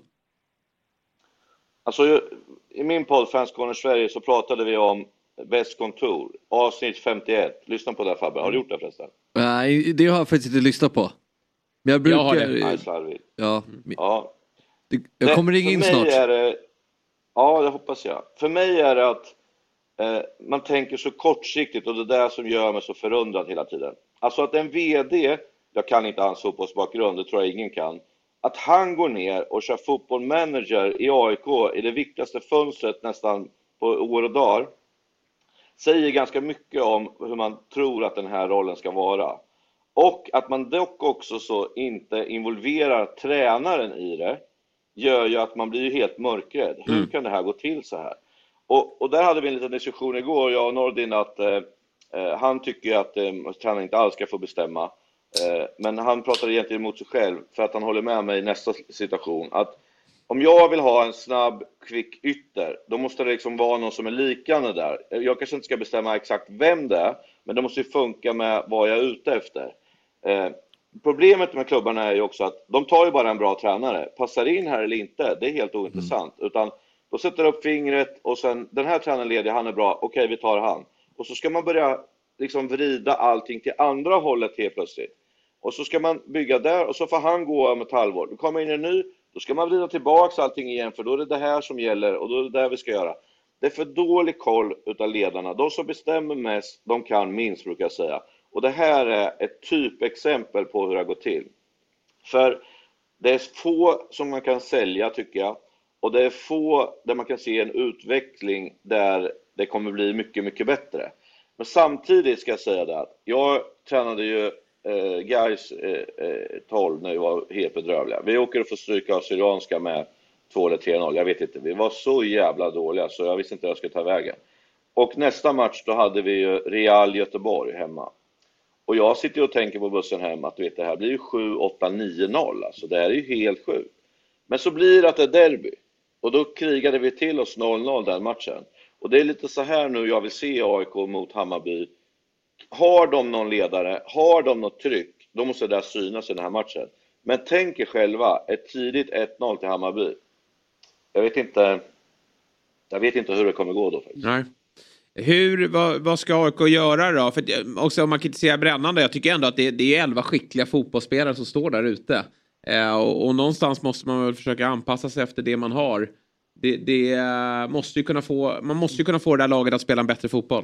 Alltså i min podd Fanscorner Sverige så pratade vi om västkontor. Avsnitt 51. Lyssna på det, Fabbe. Har du gjort det förresten? Nej, det har jag faktiskt inte lyssnat på. Men jag brukar... Jag har det. Ja. Jag kommer ringa in snart. Ja, det hoppas jag. För mig är det att man tänker så kortsiktigt och det är det som gör mig så förundrad hela tiden. Alltså att en vd, jag kan inte hans fotbollsbakgrund, det tror jag ingen kan, att han går ner och kör fotbollmanager i AIK i det viktigaste fönstret nästan på år och dagar, säger ganska mycket om hur man tror att den här rollen ska vara. Och att man dock också så inte involverar tränaren i det gör ju att man blir ju helt mörkrädd. Hur kan det här gå till så här? Och där hade vi en liten diskussion igår, jag och Nordin, att han tycker att tränaren inte alls ska få bestämma. Men han pratar egentligen emot sig själv för att han håller med mig i nästa situation. Att om jag vill ha en snabb, kvick ytter, då måste det liksom vara någon som är likande där. Jag kanske inte ska bestämma exakt vem det är, men det måste ju funka med vad jag är ute efter. Problemet med klubbarna är ju också att de tar ju bara en bra tränare. Passar in här eller inte, det är helt ointressant. Utan då sätter upp fingret och sen, den här tränaren leder, han är bra, okej, vi tar han. Och så ska man börja liksom vrida allting till andra hållet helt plötsligt. Och så ska man bygga där och så får han gå om ett halvår. Då kommer in en ny, då ska man vrida tillbaka allting igen, för då är det här som gäller och då är det där vi ska göra. Det är för dålig koll utav ledarna. De som bestämmer mest, de kan minst, brukar jag säga. Och det här är ett typexempel på hur det går till. För det är få som man kan sälja, tycker jag. Och det är få där man kan se en utveckling där det kommer bli mycket, mycket bättre. Men samtidigt ska jag säga det att jag tränade ju Gais 12 när vi var helt bedrövliga. Vi åker och får stryka av Syrianska med 2 eller 3-0, jag vet inte. Vi var så jävla dåliga så jag visste inte hur jag skulle ta vägen. Och nästa match då hade vi ju Real Göteborg hemma. Och jag sitter och tänker på bussen hem att du vet, det här blir ju 7-8-9-0. Alltså det här är ju helt sjukt. Men så blir det att det är derby. Och då krigade vi till oss 0-0 den matchen. Och det är lite så här nu jag vill se AIK mot Hammarby. Har de någon ledare, har de något tryck, då måste det där synas i den här matchen. Men tänk er själva, ett tidigt 1-0 till Hammarby. Jag vet inte hur det kommer gå då faktiskt. Nej. Vad ska AIK göra då? För också om man kritiserar Brännande, jag tycker ändå att det är 11 skickliga fotbollsspelare som står där ute. Och någonstans måste man väl försöka anpassa sig efter det man har. Man måste ju kunna få det där laget att spela en bättre fotboll.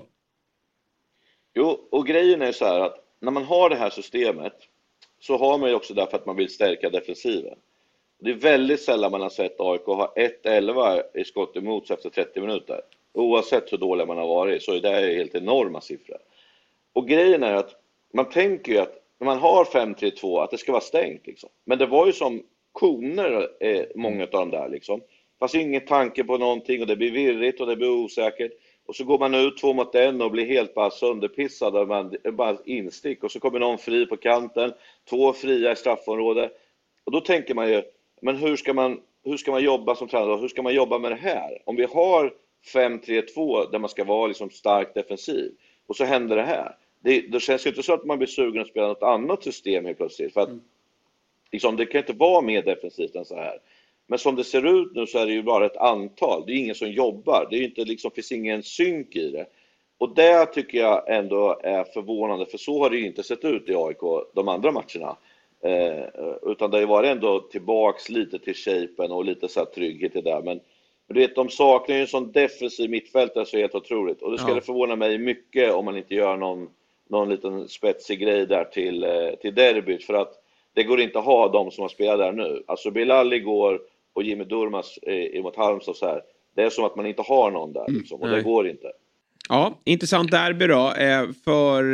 Jo, och grejen är så här att när man har det här systemet så har man ju också därför att man vill stärka defensiven. Det är väldigt sällan man har sett AIK ha 1-11 i skott emot efter 30 minuter. Oavsett hur dålig man har varit så är det helt enorma siffror. Och grejen är att man tänker ju att när man har 5-3-2 att det ska vara stängt liksom. Men det var ju som koner många av dem där liksom. Fast ingen tanke på någonting och det blir virrigt och det blir osäkert. Och så går man ut 2 mot 1 och blir helt bara sönderpissad och man bara instick. Och så kommer någon fri på kanten, 2 fria i straffområdet. Och då tänker man ju, men hur ska man jobba som tränare? Hur ska man jobba med det här? Om vi har 5-3-2 där man ska vara liksom starkt defensiv och så händer det här. Det känns ju inte så att man blir sugen att spela något annat system helt plötsligt. För att liksom, det kan inte vara mer defensivt än så här. Men som det ser ut nu så är det ju bara ett antal. Det är ingen som jobbar. Det är ju inte liksom, finns ingen synk i det. Och det tycker jag ändå är förvånande. För så har det ju inte sett ut i AIK de andra matcherna. Utan det har ju varit ändå tillbaks lite till shapen och lite så här trygghet i det där. Men du vet, de saknar ju en sån defensiv mittfältare så helt otroligt. Och det skulle förvåna mig mycket om man inte gör någon liten spetsig grej där till derbyt. För att det går inte att ha de som har spelat där nu. Alltså Bilal igår och Jimmy Durmaz mot Halmstad så här. Det är som att man inte har någon där liksom, och det går inte. Ja, intressant derby då för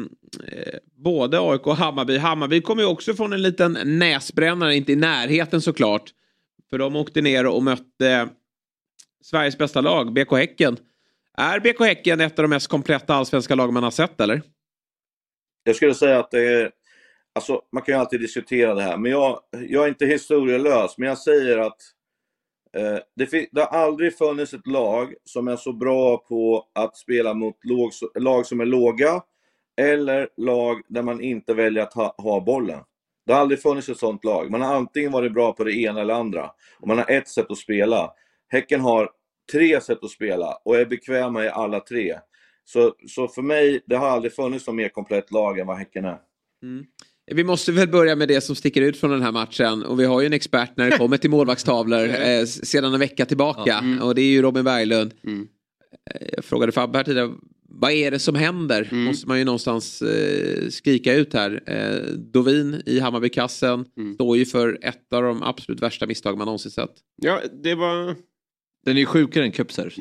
både AIK och Hammarby. Hammarby kommer ju också från en liten näsbrännare, inte i närheten såklart. För de åkte ner och mötte Sveriges bästa lag, BK Häcken. Är BK Häcken ett av de mest kompletta allsvenska lag man har sett, eller? Jag skulle säga att det är... Alltså, man kan ju alltid diskutera det här. Men jag är inte historielös. Men jag säger att det har aldrig funnits ett lag som är så bra på att spela mot lag som är låga. Eller lag där man inte väljer att ha bollen. Det har aldrig funnits ett sånt lag. Man har antingen varit bra på det ena eller andra. Och man har ett sätt att spela. Häcken har 3 sätt att spela. Och är bekväma i alla 3. Så för mig, det har aldrig funnits någon mer komplett lag än vad Häcken är. Mm. Vi måste väl börja med det som sticker ut från den här matchen. Och vi har ju en expert när det kommer till målvaktstavlor sedan en vecka tillbaka. Och det är ju Robin Berglund. Jag frågade Fabbe här tidigare. Vad är det som händer? Måste man ju någonstans skrika ut här. Dovin i Hammarbykassen står ju för ett av de absolut värsta misstag man någonsin sett. Ja, det var... Den är ju sjukare än Köpser.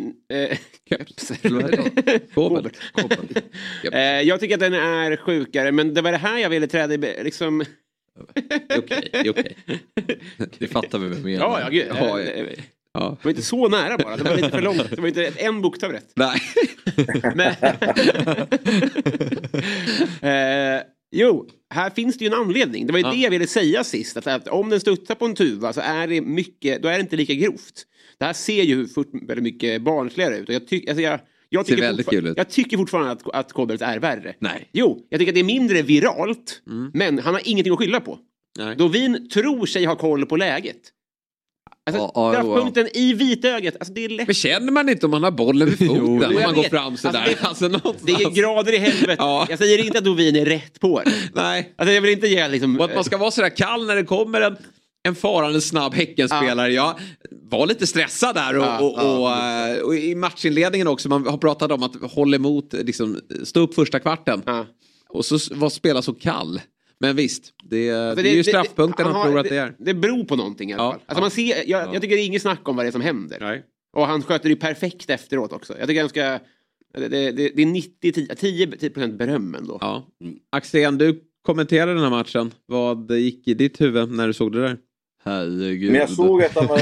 Jag tycker att den är sjukare, men det var det här jag ville träda i liksom... Okej. Det fattar vi väl mer. Ja. Det var inte så nära bara. Det var lite för långt. Det var inte en bokstav rätt. Nej. Jo, här finns det ju en anledning. Det var ju det jag ville säga sist. Att om den studsar på en tuva så är det mycket, då är det inte lika grovt. Det här ser ju väldigt mycket barnsligare ut. Och jag tycker fortfarande att Kolbert är värre. Nej. Jo, jag tycker att det är mindre viralt. Men han har ingenting att skylla på. Dovin tror sig ha koll på läget. Alltså, punkten i vitögat. Alltså, det är lätt. Men känner man inte om man har bollen vid foten om man går fram sådär? Det är grader i helvete. Jag säger inte att Dovin är rätt på det. Nej. Alltså, jag vill inte ge liksom... Och att man ska vara sådär kall när det kommer en farande snabb Häckenspelare. Jag var lite stressad där och i matchinledningen också. Man har pratat om att hålla emot, liksom, stå upp första kvarten. Och så spela så kall. Men visst, det är ju straffpunkten han tror att det är. Det beror på någonting i alla fall. Alltså man ser, jag tycker det är inget snack om vad det är som händer. Nej. Och han sköter det ju perfekt efteråt också. Jag tycker han ska... Det är 10% beröm ändå. Ja. Axén, du kommenterade den här matchen. Vad gick i ditt huvud när du såg det där? Herregud. Men jag såg att han var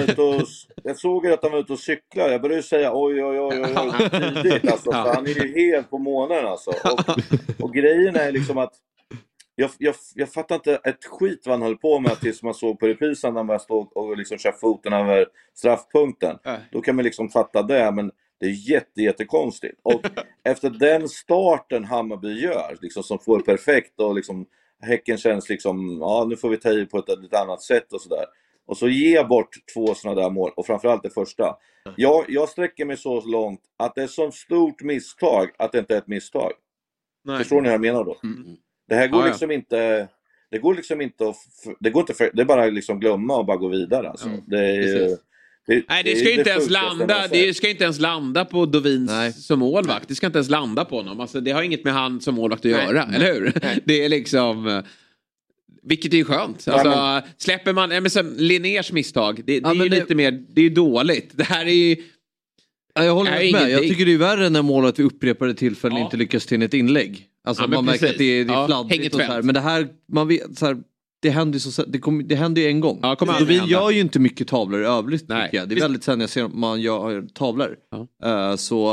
ute och cyklade. Jag började säga oj tidigt alltså. Han är ju helt på månen alltså. Och grejen är liksom att jag fattar inte ett skit vad han höll på med tills man såg på reprisen när man stod och liksom kör foten över straffpunkten. Då kan man liksom fatta det, men det är jättekonstigt. Och efter den starten Hammarby gör, liksom, som får perfekt och liksom Häcken känns liksom, nu får vi ta i på ett lite annat sätt och sådär. Och så ger bort 2 sådana där mål, och framförallt det första. Jag sträcker mig så långt att det är så stort misstag att det inte är ett misstag. Nej. Förstår ni vad jag menar då? Det här går liksom inte... Det går liksom inte att... Det är bara liksom glömma och bara gå vidare. Alltså. Det är det ska ju inte ens landa. Det ska inte ens landa på Dovins som målvakt. Det ska inte ens landa på honom. Alltså, det har inget med han som målvakt att göra, eller hur? Det är liksom... Vilket är ju skönt. Alltså, släpper man... Linnés misstag. Det är ju lite mer... Det är ju dåligt. Det här är ju... Jag håller med. Jag tycker det är värre när målet vid upprepade tillfällen inte lyckas till ett inlägg. Alltså man märker att det är fladdrigt och så här. Men det här, man vet så här, det händer ju en gång. Så vi gör ju inte mycket tavlor i övrigt tycker jag. Det är väldigt sällan jag ser att man gör tavlor. Så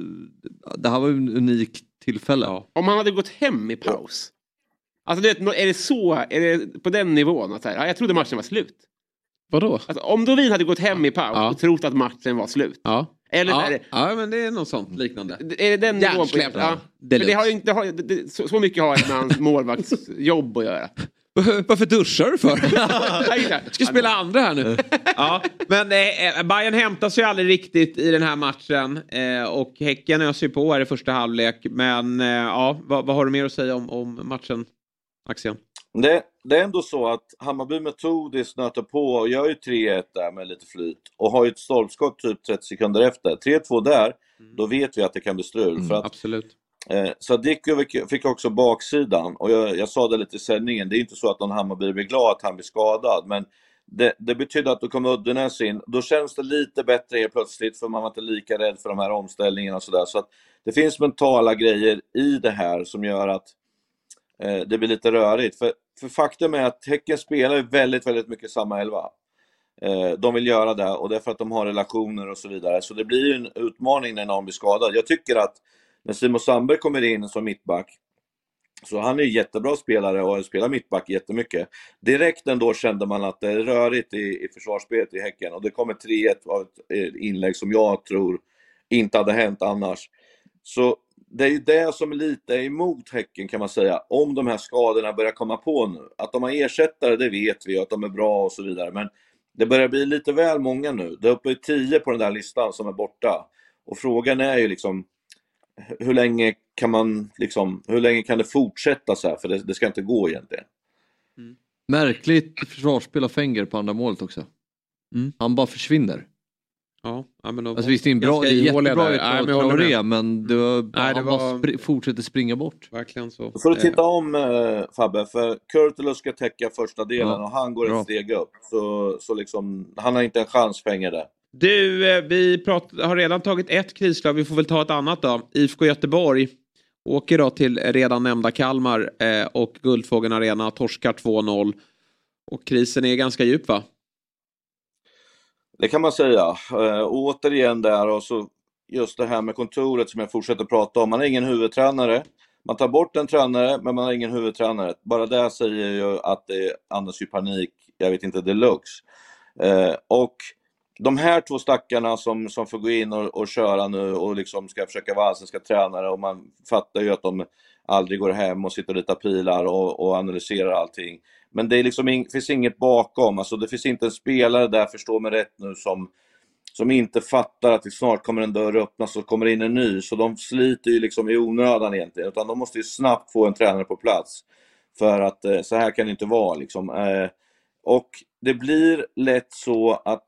det här var en unik tillfälle. Om han hade gått hem i paus. Alltså är det på den nivån att jag trodde matchen var slut. Vadå? Alltså, om Dovin hade gått hem i paus och trott att matchen var slut. Eller men det är något sånt liknande. Är det den nivån på det har ju inte så mycket har med hans målvaktsjobb att göra. Varför duschar du för? Jag ska spela andra här nu. Men Bayern hämtar sig aldrig riktigt i den här matchen. Och Häcken öser ju på här i första halvlek. Men vad har du mer att säga om matchen, Axel? Det är ändå så att Hammarby metodiskt nöter på och gör ju 3-1 där med lite flyt. Och har ju ett stolpskott typ 30 sekunder efter. 3-2 där, då vet vi att det kan bli strul. För att, absolut. Sadiko fick också baksidan. Och jag sa det lite i sändningen. Det är inte så att någon Hammarby blir glad att han blir skadad. Men det betyder att då kommer Uddenäs in. Då känns det lite bättre helt plötsligt. För man var inte lika rädd för de här omställningarna och sådär. Så att det finns mentala grejer i det här som gör att det blir lite rörigt. För faktum är att Häcken spelar väldigt, väldigt mycket samma elva. De vill göra det och det är för att de har relationer och så vidare. Så det blir ju en utmaning när någon blir skadad. Jag tycker att när Simon Sandberg kommer in som mittback, så han är ju jättebra spelare och spelar mittback jättemycket. Direkt ändå kände man att det är rörigt i försvarsspelet i Häcken. Och det kommer 3-1 av ett inlägg som jag tror inte hade hänt annars. Så det är ju det som är lite emot Häcken kan man säga. Om de här skadorna börjar komma på nu. Att de har ersättare, det vet vi. Att de är bra och så vidare. Men det börjar bli lite väl många nu. Det är uppe i 10 på den där listan som är borta. Och frågan är ju liksom, hur länge kan det fortsätta så här? För det ska inte gå egentligen. Märkligt försvarsspel av Fenger på andra målet också. Han bara försvinner. Men alltså visst, det är en bra, jättebra men han fortsätter springa bort. Verkligen så. Så får du titta om Fabbe, för Kurtulus ska täcka första delen och han går ett steg upp. Så liksom, han har inte en chans Fenger där. Du, vi har redan tagit ett krislag. Vi får väl ta ett annat då. IFK Göteborg åker då till redan nämnda Kalmar och Guldfågeln Arena torskar 2-0. Och krisen är ganska djup, va? Det kan man säga. Återigen där och så just det här med kontoret som jag fortsätter prata om. Man har ingen huvudtränare. Man tar bort en tränare men man har ingen huvudtränare. Bara där säger jag att det andas ju panik. Jag vet inte, deluxe. Och de här två stackarna som får gå in och köra nu och liksom ska försöka vara allsvenska tränare, och man fattar ju att de aldrig går hem och sitter och ritar pilar och analyserar allting. Men det är liksom finns inget bakom. Alltså det finns inte en spelare där, förstår mig rätt nu, som inte fattar att det snart kommer en dörr öppnas och kommer in en ny. Så de sliter ju liksom i onödan egentligen. Utan de måste ju snabbt få en tränare på plats. För att så här kan det inte vara liksom. Och det blir lätt så att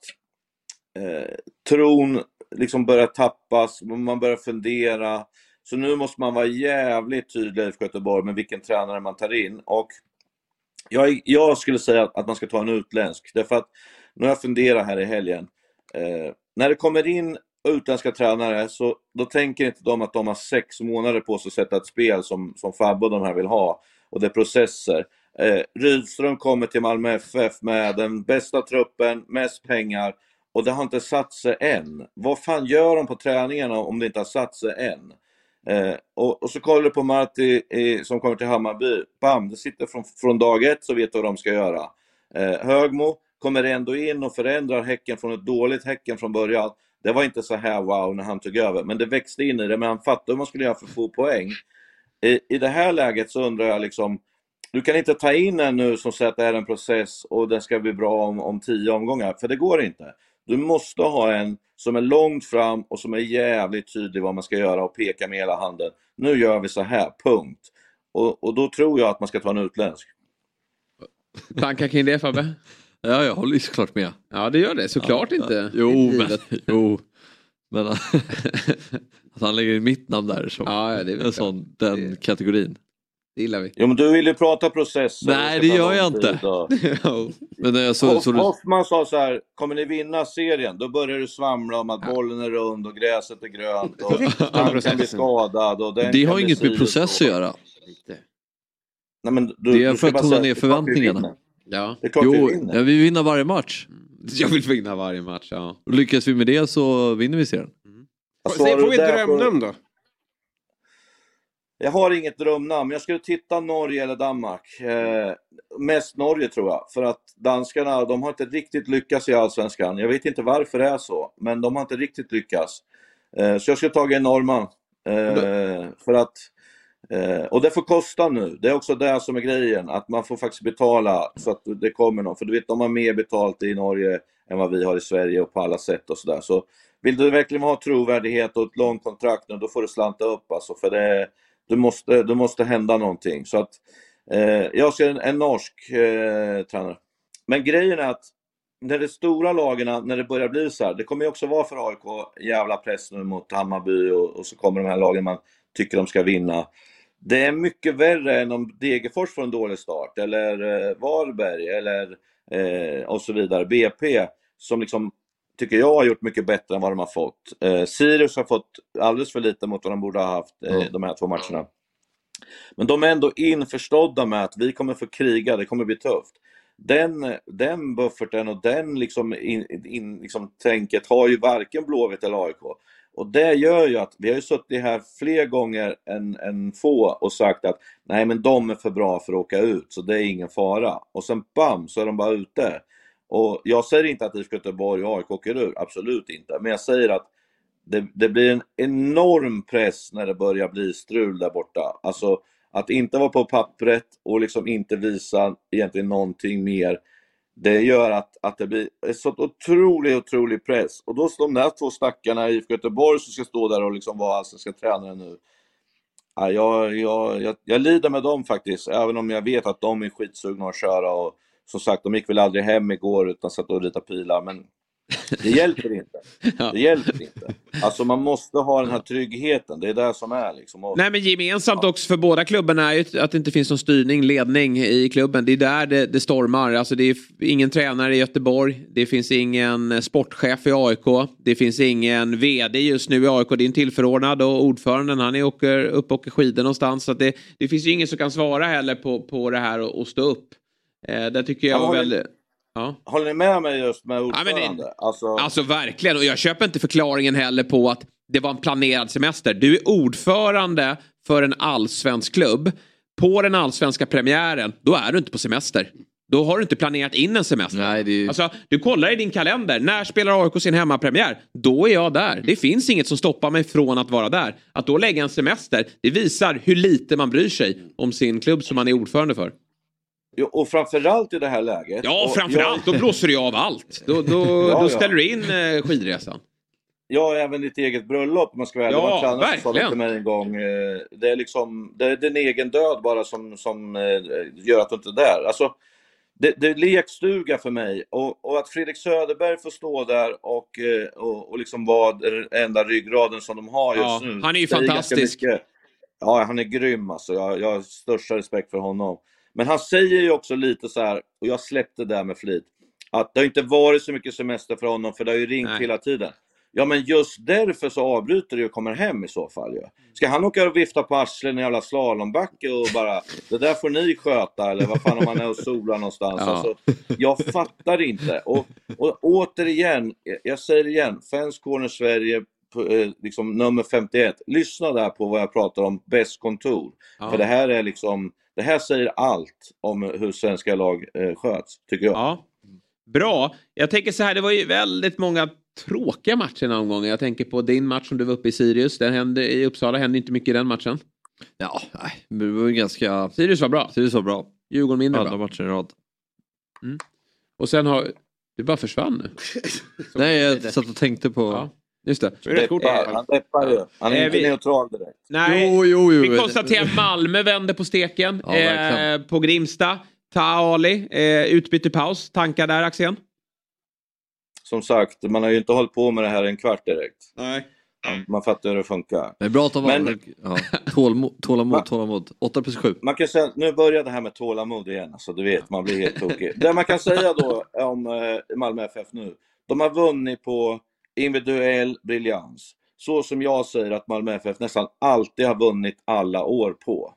tron liksom börjar tappas. Man börjar fundera. Så nu måste man vara jävligt tydlig i Göteborg med vilken tränare man tar in. Och jag skulle säga att man ska ta en utländsk. Därför att nu har jag funderat här i helgen. När det kommer in utländska tränare, så då tänker inte de att de har 6 månader på sig att sätta ett spel som Fabbe och de här vill ha. Och det är processer. Rydström kommer till Malmö FF med den bästa truppen, mest pengar. Och det har inte satt sig än. Vad fan gör de på träningarna om det inte har satt sig än? Och så kollar du på Marti som kommer till Hammarby. Bam, det sitter från dag 1, så vet du vad de ska göra. Högmo kommer ändå in och förändrar Häcken från ett dåligt Häcken från början. Det var inte så här wow när han tog över, men det växte in i det. Men han fattade hur man skulle göra för att få poäng. I det här läget så undrar jag liksom, du kan inte ta in en nu som säger att det är en process och den ska bli bra om 10 omgångar, för det går inte. Du måste ha en som är långt fram och som är jävligt tydlig vad man ska göra och peka med hela handen. Nu gör vi så här, punkt. Och då tror jag att man ska ta en utländsk. Tankar kring det, Fabbe? Ja, jag håller ju såklart med. Ja, det gör det. Såklart inte. Jo, men att han lägger mitt namn där som det är en sån, den kategorin. Det gillar vi. Jo, men du vill ju prata process. Nej, det gör jag inte. Men Hoffman sa så här, kommer ni vinna serien? Då börjar du svamla om att bollen är rund och gräset är grönt och han kan bli skadad. Och det har inget med process att göra. Nej, men det är för att tona ner förväntningarna. Ja. Det är klart vi vinner. Ja, vi vinner varje match. Jag vill vinna varje match, ja. Lyckas vi med det så vinner vi serien. Alltså, får vi ett drömnamn då? Jag har inget drömnamn. Jag skulle titta Norge eller Danmark. Mest Norge tror jag. För att danskarna, de har inte riktigt lyckats i Allsvenskan. Jag vet inte varför det är så. Men de har inte riktigt lyckats. Så jag skulle ta en norrman. För att... och det får kosta nu. Det är också det som är grejen. Att man får faktiskt betala så att det kommer någon. För du vet, de har mer betalt i Norge än vad vi har i Sverige och på alla sätt och sådär. Så vill du verkligen ha trovärdighet och ett långt kontrakt nu, då får du slanta upp alltså. För det du måste hända någonting. Så att jag ser en norsk tränare. Men grejen är att när det stora lagarna, när det börjar bli så här, det kommer ju också vara för AIK jävla press nu mot Hammarby och så kommer de här lagen man tycker de ska vinna. Det är mycket värre än om Degerfors får en dålig start eller Varberg eller och så vidare. BP som liksom tycker jag har gjort mycket bättre än vad de har fått. Sirius har fått alldeles för lite mot vad de borde ha haft de här 2 matcherna. Men de är ändå införstådda med att vi kommer få kriga, det kommer bli tufft. Den bufferten och den liksom, liksom tänket har ju varken Blåvitt eller AIK. Och det gör ju att vi har ju suttit här fler gånger än få och sagt att nej men de är för bra för att åka ut så det är ingen fara. Och sen bam så är de bara ute. Och jag säger inte att IFK Göteborg och AIK åker ur, absolut inte. Men jag säger att det blir en enorm press när det börjar bli strul där borta. Alltså att inte vara på pappret och liksom inte visa egentligen någonting mer. Det gör att det blir en så otrolig press. Och då står de där 2 stackarna i IFK Göteborg som ska stå där och liksom vara allsvenska tränare nu. Ja, jag lider med dem faktiskt. Även om jag vet att de är skitsugna att köra och som sagt, de gick väl aldrig hem igår utan satt och ritade pilar, men det hjälper inte. Det hjälper inte. Alltså man måste ha den här tryggheten, det är det som är liksom. Nej, men gemensamt också för båda klubbarna är ju att det inte finns någon styrning, ledning i klubben. Det är där det stormar. Alltså det är ingen tränare i Göteborg, det finns ingen sportchef i AIK, det finns ingen vd just nu i AIK, det är en tillförordnad och ordföranden, han åker skidor någonstans. Så att det finns ju ingen som kan svara heller på det här och stå upp. Det tycker jag var väldigt... Ja. Håller ni med mig just med ordförande? Alltså verkligen, och jag köper inte förklaringen heller på att det var en planerad semester. Du är ordförande för en allsvensk klubb. På den allsvenska premiären, då är du inte på semester. Då har du inte planerat in en semester. Nej, Alltså, du kollar i din kalender. När spelar AIK sin hemmapremiär? Då är jag där. Det finns inget som stoppar mig från att vara där. Att då lägga en semester, det visar hur lite man bryr sig om sin klubb som man är ordförande för. Jo, och framförallt i det här läget. Ja, framförallt. Då blåser du av allt. Då ställer du in skidresan. Ja, även ditt eget bröllop. Man ska väl verkligen. Till mig en gång. Det är liksom, det är din egen död bara som gör att du inte är där. Alltså, det är lekstuga för mig. Och att Fredrik Söderberg får stå där och liksom vara den enda ryggraden som de har just nu. Han är ju fantastisk. Ja, han är grym alltså. Jag har största respekt för honom. Men han säger ju också lite så här, och jag släppte det med flit, att det har inte varit så mycket semester för honom, för det har ju ringt hela tiden. Ja, men just därför så avbryter det och kommer hem i så fall. Ja. Ska han åka och vifta på arslen i jävla slalombacke och bara, det där får ni sköta, eller vad fan om man är och solar någonstans. Ja. Alltså, jag fattar inte. Och återigen, jag säger igen, Fans Corner Sverige, liksom nummer 51. Lyssna där på vad jag pratar om, bäst kontor. Ja. För det här är liksom, det här säger allt om hur svenska lag sköts, tycker jag. Ja. Bra. Jag tänker så här, det var ju väldigt många tråkiga matcher någon gång. Jag tänker på din match som du var uppe i Sirius. Den hände i Uppsala, hände inte mycket i den matchen. Ja, nej, det var ju ganska... Sirius var bra. Djurgården mindre bra. Matcher i rad. Mm. Och sen har... Du bara försvann nu. Nej, jag satt och tänkte på... Ja. Just det. Han deppar ju. Han är inte neutral direkt. Nej, jo. Vi konstaterar att Malmö vände på steken. På Grimsta. Ali, utbytepaus. Tankar där, Axén? Som sagt, man har ju inte hållit på med det här en kvart direkt. Nej. Man fattar hur det funkar. Det är bra att tålamod. 8+7. Man kan säga, nu börjar det här med tålamod igen. Alltså, du vet, man blir helt tokig. Det man kan säga då om Malmö FF nu. De har vunnit på individuell briljans. Så som jag säger att Malmö FF nästan alltid har vunnit alla år på.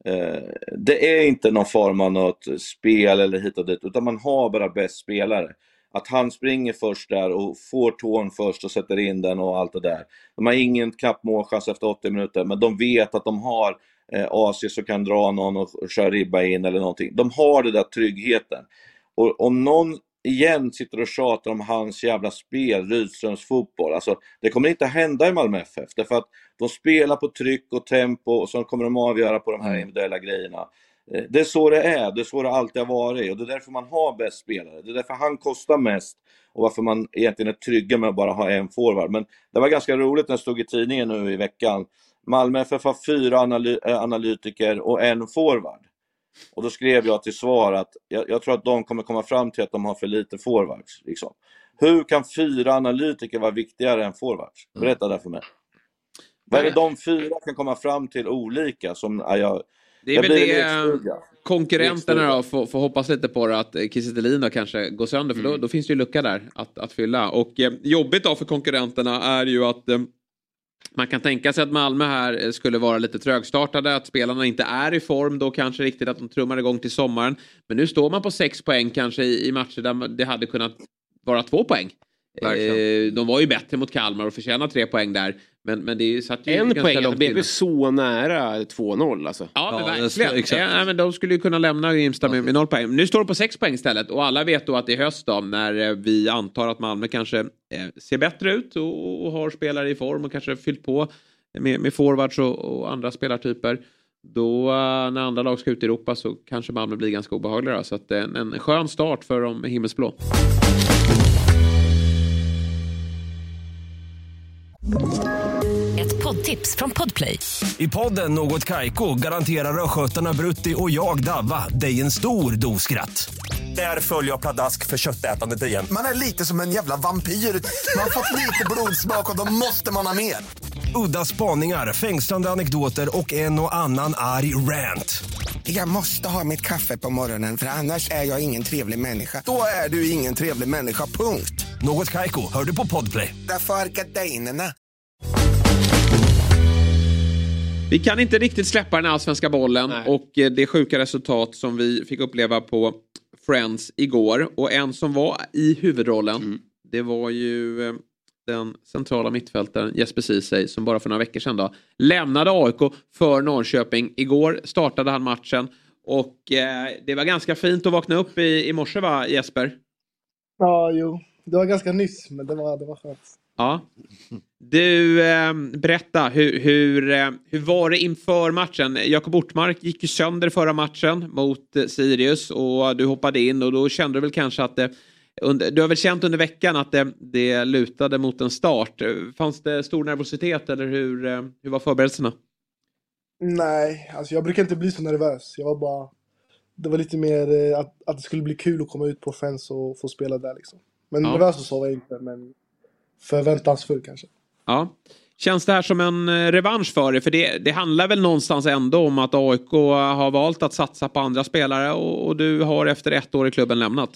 Det är inte någon form av något spel eller hit och dit, utan man har bara bäst spelare. Att han springer först där och får tån först och sätter in den och allt det där. De har ingen knapp målchans efter 80 minuter, men de vet att de har Asius som kan dra någon och köra ribba in eller någonting. De har det där tryggheten. Och om någon igen sitter och tjatar om hans jävla spel, Rydströms fotboll, alltså det kommer inte hända i Malmö FF, därför att de spelar på tryck och tempo och så kommer de avgöra på de här individuella grejerna. Det är så det är, det är så det alltid har varit, och det är därför man har bäst spelare, det är därför han kostar mest och varför man egentligen är trygga med att bara ha en forward. Men det var ganska roligt när det stod i tidningen nu i veckan, Malmö FF har 4 analytiker och en forward. Och då skrev jag till svar att jag tror att de kommer komma fram till att de har för lite forwards. Liksom. Hur kan 4 analytiker vara viktigare än forwards? Berätta det för mig. Vad är det de 4 kan komma fram till olika? Som det är väl det konkurrenterna då får hoppas lite på det, att Kiese Thelin kanske går sönder, för då finns det ju lucka där att fylla. Och jobbigt då för konkurrenterna är ju att man kan tänka sig att Malmö här skulle vara lite trögstartade, att spelarna inte är i form då kanske riktigt, att de trummar igång till sommaren. Men nu står man på 6 poäng kanske i matcher där det hade kunnat vara 2 poäng. De var ju bättre mot Kalmar och förtjänar 3 poäng där. Men det är ju satt ju en ganska poäng, långt det blev så nära 2-0 alltså. Ja, men verkligen. Men de skulle ju kunna lämna Grimsta med 0 poäng. Nu står det på 6 poäng istället. Och alla vet då att det är höst då, när vi antar att Malmö kanske ser bättre ut och har spelare i form och kanske fyllt på med forwards och andra spelartyper. Då när andra lag ska ut i Europa så kanske Malmö blir ganska obehagliga. Så att en skön start för de himmelsblå. Ett poddtips från Podplay. I podden Något Kaiko garanterar röskötarna Brutti och jag Davva dig en stor doskratt. Där följer jag pladask för köttätandet igen. Man är lite som en jävla vampyr. Man har fått lite blodsmak och då måste man ha mer. Udda spaningar, fängslande anekdoter och en och annan arg rant. Jag måste ha mitt kaffe på morgonen, för annars är jag ingen trevlig människa. Då är du ingen trevlig människa, punkt. Något Kaiko, hör du på Podplay. Därför är gardinerna. Vi kan inte riktigt släppa den allsvenska bollen. Nej. Och det sjuka resultat som vi fick uppleva på Friends igår. Och en som var i huvudrollen, det var ju den centrala mittfältaren Jesper Ceesay, som bara för några veckor sedan då lämnade AIK för Norrköping. Igår startade han matchen och det var ganska fint att vakna upp i morse, va Jesper? Ja, jo. Det var ganska nyss, men det var skönt. Ja. Du, berätta, hur var det inför matchen? Jakob Ortmark gick ju sönder förra matchen mot Sirius och du hoppade in, och då kände du väl kanske att du har väl känt under veckan att det lutade mot en start. Fanns det stor nervositet, eller hur var förberedelserna? Nej, alltså jag brukar inte bli så nervös. Det var lite mer att det skulle bli kul att komma ut på Friends och få spela där liksom. Men nervös så var jag inte, men förväntansfull kanske. Ja. Känns det här som en revansch för dig? För det handlar väl någonstans ändå om att AIK har valt att satsa på andra spelare och du har efter 1 år i klubben lämnat.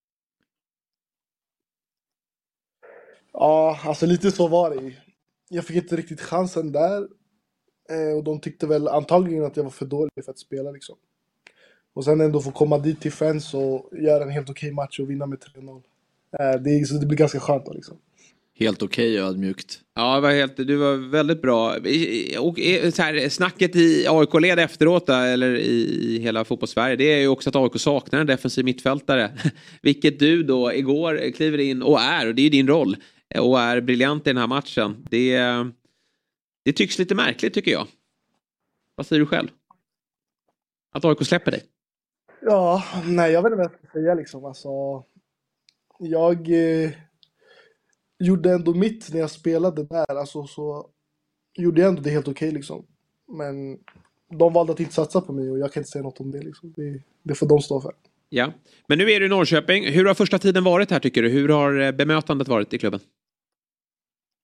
Ja, alltså lite så var det. Jag fick inte riktigt chansen där. Och de tyckte väl antagligen att jag var för dålig för att spela liksom. Och sen ändå få komma dit till Friends och göra en helt okej match och vinna med 3-0. Så det blir ganska skönt då liksom. Helt okej och ödmjukt. Ja, du var väldigt bra. Och så här, snacket i AIK-led efteråt, eller i hela fotbollssverige, det är ju också att AIK saknar en defensiv mittfältare. Vilket du då igår kliver in och det är ju din roll, och är briljant i den här matchen. Det tycks lite märkligt, tycker jag. Vad säger du själv? Att AIK släpper dig? Ja, nej, jag vet inte vad jag ska säga liksom. Alltså, jag gjorde ändå mitt när jag spelade där. Alltså, så gjorde jag ändå det helt okej liksom. Men de valde att inte satsa på mig och jag kan inte säga något om det liksom. Det får de stå för. Ja, men nu är du i Norrköping. Hur har första tiden varit här, tycker du? Hur har bemötandet varit i klubben?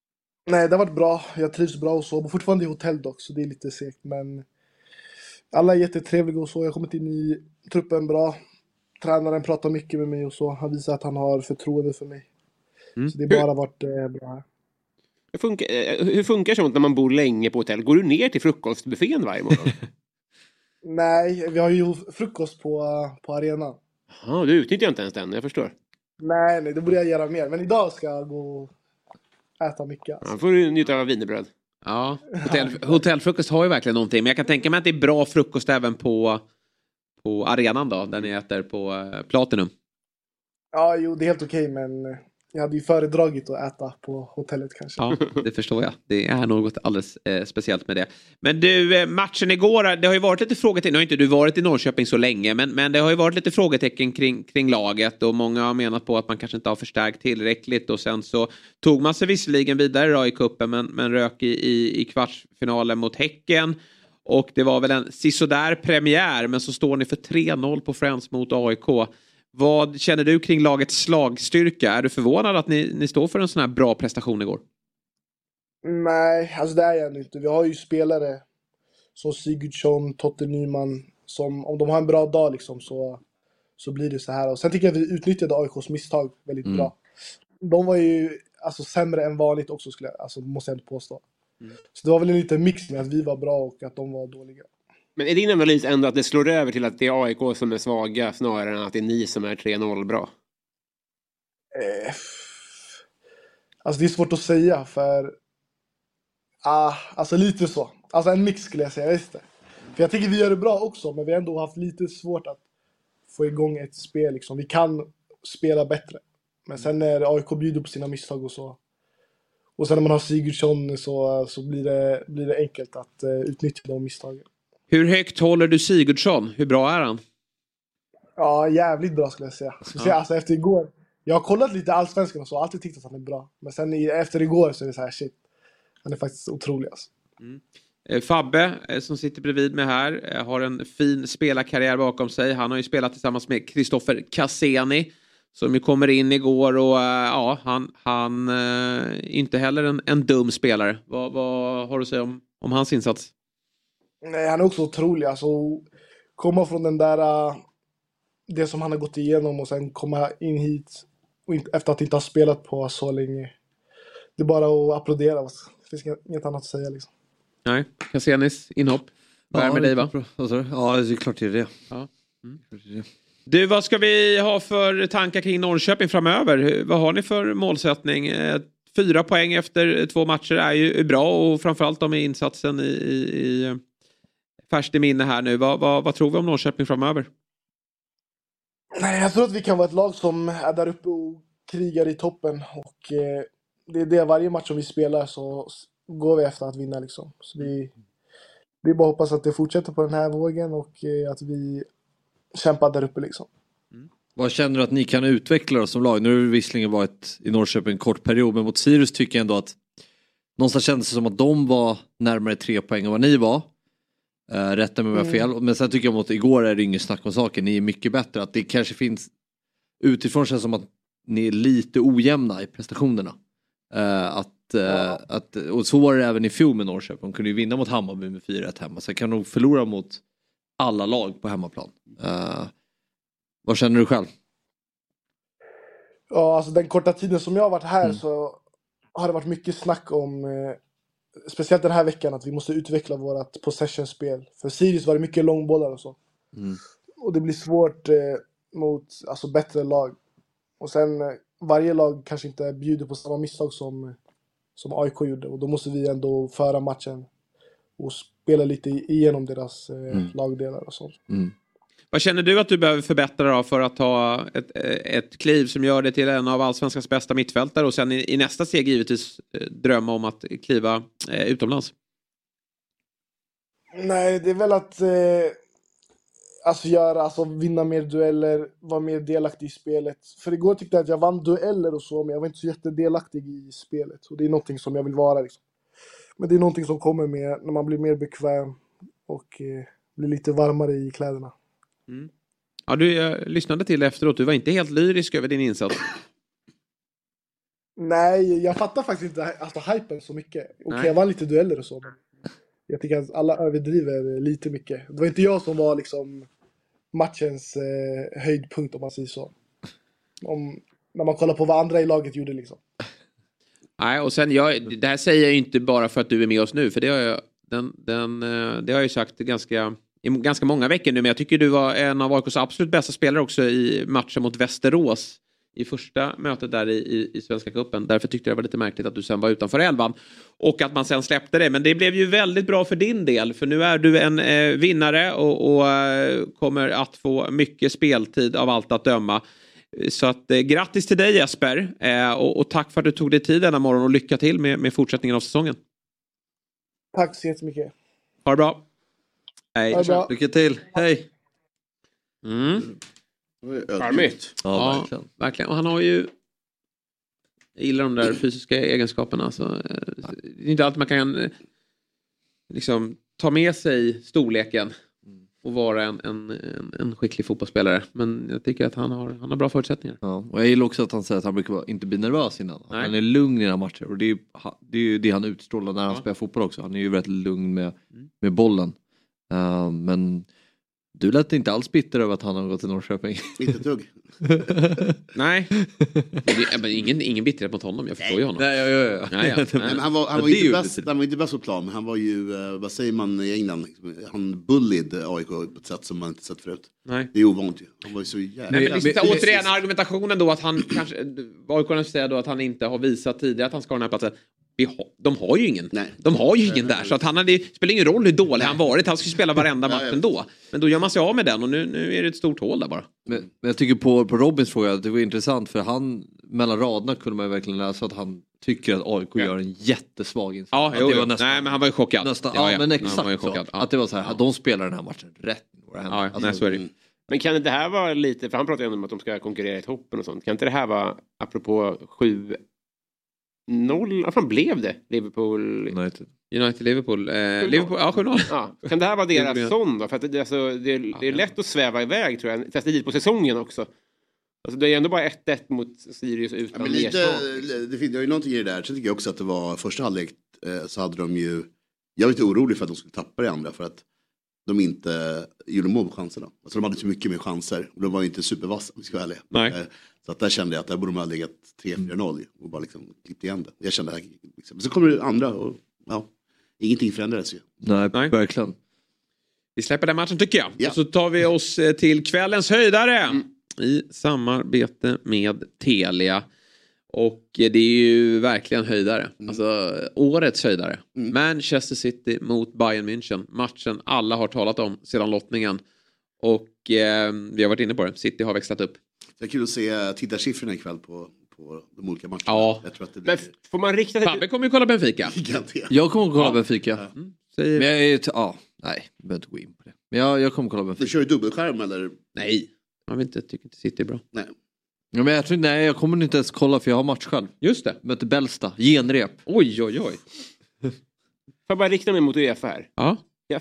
Nej, det har varit bra. Jag trivs bra och så. Fortfarande i hotell dock, så det är lite segt. Men alla är jättetrevliga och så. Jag har kommit in i truppen bra. Tränaren pratar mycket med mig och så. Han visar att han har förtroende för mig. Så det har bara varit bra här. Hur funkar sånt när man bor länge på hotell? Går du ner till frukostbuffén varje morgon? Nej, vi har ju frukost på arenan. Ja, du utnyttjar inte ens den, jag förstår. Nej, det borde jag göra mer. Men idag ska jag gå och äta mycket. Alltså. Ja, får du njuta av wienerbröd. Ja, hotellfrukost har ju verkligen någonting. Men jag kan tänka mig att det är bra frukost även på arenan då, där ni äter på Platinum. Ja, jo, det är helt okej, men jag hade ju föredragit att äta på hotellet kanske. Ja, det förstår jag. Det är något alldeles speciellt med det. Men du, matchen igår, det har ju varit lite frågetecken. Nu har inte du varit i Norrköping så länge, men det har ju varit lite frågetecken kring laget. Och många har menat på att man kanske inte har förstärkt tillräckligt. Och sen så tog man sig visserligen vidare då i kuppen, men rök i kvartsfinalen mot Häcken. Och det var väl en sisådär premiär, men så står ni för 3-0 på Friends mot AIK. Vad känner du kring lagets slagstyrka? Är du förvånad att ni står för en sån här bra prestation igår? Nej, alltså det är jag inte. Vi har ju spelare som Sigurdsson, Totte Nyman, som om de har en bra dag liksom, så blir det så här. Och sen tycker jag att vi utnyttjade AIKs misstag väldigt bra. De var ju alltså sämre än vanligt också, måste jag inte påstå. Så det var väl en liten mix med att vi var bra och att de var dåliga. Men är din analys ändå att det slår över till att det är AIK som är svaga snarare än att det är ni som är 3-0 bra? Alltså det är svårt att säga för alltså lite så. Alltså en mix skulle jag säga, visst det. För jag tycker vi gör det bra också, men vi har ändå haft lite svårt att få igång ett spel liksom. Vi kan spela bättre. Men sen när AIK bjuder på sina misstag och så. Och sen när man har Sigurdsson så blir det enkelt att utnyttja de misstagen. Hur högt håller du Sigurdsson? Hur bra är han? Ja, jävligt bra skulle jag säga. Alltså efter igår. Jag har kollat lite allsvenskan och så. Alltid tyckt att han är bra. Men sen efter igår så är det så här shit. Han är faktiskt otrolig alltså. Fabbe som sitter bredvid mig här har en fin spelarkarriär bakom sig. Han har ju spelat tillsammans med Kristoffer Cassini som ju kommer in igår och han inte heller en dum spelare. Vad har du att säga om hans insats? Nej, han är också otrolig. Alltså, komma från den där det som han har gått igenom och sen komma in hit och efter att inte ha spelat på så länge. Det är bara att applådera. Alltså. Det finns inget annat att säga liksom. Nej, Cassinis inhopp. Värmer dig va? Ja, det är klart det är det. Ja. Du, vad ska vi ha för tankar kring Norrköping framöver? Vad har ni för målsättning? 4 poäng efter 2 matcher är ju bra och framförallt de med insatsen i färskt i minne här nu. Vad tror vi om Norrköping framöver? Nej, jag tror att vi kan vara ett lag som är där uppe och krigar i toppen. Och det är det varje match som vi spelar så går vi efter att vinna liksom. Så vi bara hoppas att det fortsätter på den här vågen och att vi kämpar där uppe liksom. Vad känner du att ni kan utveckla då som lag? Nu har det visserligen varit i Norrköping en kort period, men mot Sirius tycker jag ändå att någonstans kändes det som att de var närmare 3 poäng än vad ni var. Rätta mig om jag har fel. Men sen tycker jag mot igår är det ingen snack om saker. Ni är mycket bättre. Att det kanske finns utifrån känns som att ni är lite ojämna i prestationerna. Och så var det även i fjol med Norrköping. De kunde ju vinna mot Hammarby med 4-1 hemma. Sen kan de förlora mot alla lag på hemmaplan. Vad känner du själv? Ja, alltså den korta tiden som jag har varit här så har det varit mycket snack om speciellt den här veckan att vi måste utveckla vårt possession-spel. För Sirius var det mycket långbollar och så. Och det blir svårt mot alltså, bättre lag. Och sen varje lag kanske inte bjuder på samma misstag som AIK gjorde. Och då måste vi ändå föra matchen och spela lite igenom deras lagdelar och sånt. Vad känner du att du behöver förbättra då för att ta ett kliv som gör det till en av allsvenskans bästa mittfältare och sen i nästa steg givetvis drömma om att kliva utomlands? Nej, det är väl att vinna mer dueller, vara mer delaktig i spelet. För igår tyckte jag att jag vann dueller och så, men jag var inte så jättedelaktig i spelet. Och det är någonting som jag vill vara liksom. Men det är någonting som kommer med när man blir mer bekväm och blir lite varmare i kläderna. Ja, jag lyssnade till efteråt. Du var inte helt lyrisk över din insats. Nej, jag fattar faktiskt inte hypen så mycket. Okej, jag vann lite dueller och så. Men jag tycker att alla överdriver lite mycket. Det var inte jag som var liksom matchens höjdpunkt om man säger så. När man kollar på vad andra i laget gjorde liksom. Nej, och sen det här säger jag ju inte bara för att du är med oss nu. För det har jag, det har jag ju sagt i ganska många veckor nu. Men jag tycker du var en av AIKs absolut bästa spelare också i matchen mot Västerås. I första mötet där i Svenska cupen. Därför tyckte jag det var lite märkligt att du sen var utanför elvan. Och att man sen släppte det. Men det blev ju väldigt bra för din del. För nu är du en vinnare och kommer att få mycket speltid av allt att döma. Så att grattis till dig Jesper. Och tack för att du tog dig tid denna morgon. Och lycka till med fortsättningen av säsongen. Tack så jättemycket. Ha det bra. Hej. Ha det bra. Lycka till. Hej. Charmigt. Ja, verkligen. Och han har ju... Jag gillar de där fysiska egenskaperna. Alltså, det är inte alltid man kan liksom ta med sig storleken och vara en skicklig fotbollsspelare. Men jag tycker att han har bra förutsättningar. Ja, och jag gillar också att han säger att han brukar inte bli nervös innan. Han är lugn i den här matchen. Och det är ju det han utstrålar när han spelar fotboll också. Han är ju väldigt lugn med bollen. Men du lät inte alls bitter över att han har gått till Norrköping. Inte ett dugg. Nej. Men ingen bitterhet mot honom. Jag förstår ju honom. Nej. Men han var inte bäst på plan. Men han var ju, vad säger man i England? Han bullied AIK på ett sätt som man inte sett förut. Nej. Det är ovanligt ju. Han var ju så jävla... Återigen argumentationen då att han kanske... AIK säger då att han inte har visat tidigare att han ska ha den här platsen. De har ju ingen. Nej. De har ju ingen där. Så att det spelar ingen roll hur dålig han varit. Han ska spela varenda match ändå. Men då gör man sig av med den. Och nu är det ett stort hål där bara. Men jag tycker på Robins fråga att det var intressant. För han, mellan raderna kunde man ju verkligen läsa att han tycker att AIK gör en jättesvag insats. Ja, nej, men han var ju chockad. Men exakt så. Att det var så här, de spelar den här matchen rätt. Nej, så är det. Men kan det här vara lite, för han pratar ju om att de ska konkurrera i toppen och sånt. Kan inte det här vara, apropå 7-0, vad fan blev det? Liverpool Liverpool, ja 7-0. Ja. Kan det här vara deras sån då? För att det är lätt att sväva iväg tror jag. Fast det på säsongen också. Alltså det är ändå bara 1-1 mot Sirius utan det finns ju någonting i det där. Så tycker jag också att det var första halvlek så hade de ju, jag var lite orolig för att de skulle tappa det andra för att de inte gjorde mål på chanserna. Alltså de hade så mycket mer chanser och de var ju inte supervassa om vi ska vara ärliga. Så att där kände jag att där borde de ha legat 3-4-0 och bara liksom klippt igen det. Jag kände liksom. Så kommer det andra och ingenting förändrades ju. Nej, verkligen. Vi släpper den matchen tycker jag. Ja. Och så tar vi oss till kvällens höjdare i samarbete med Telia. Och det är ju verkligen höjdare. Alltså årets höjdare. Manchester City mot Bayern München. Matchen alla har talat om sedan lottningen. Och vi har varit inne på det. City har växlat upp. Det är kul att se tittarsiffrorna ikväll på de olika matcherna. Ja. Jag tror att det blir... Men får man rikta sig... Fabbe kommer ju kolla Benfica. Jag kommer att kolla Benfica. Men jag är nej, jag behöver inte gå in på det. Men jag kommer att kolla Benfica. Du kör ju dubbelskärm eller? Nej. Jag tycker inte City är bra. Nej. Ja, men jag kommer inte ens kolla för jag har match själv. Just det. Möter Bällsta. Genrep. Oj. Får jag bara rikta mig mot UEFA här? Ja.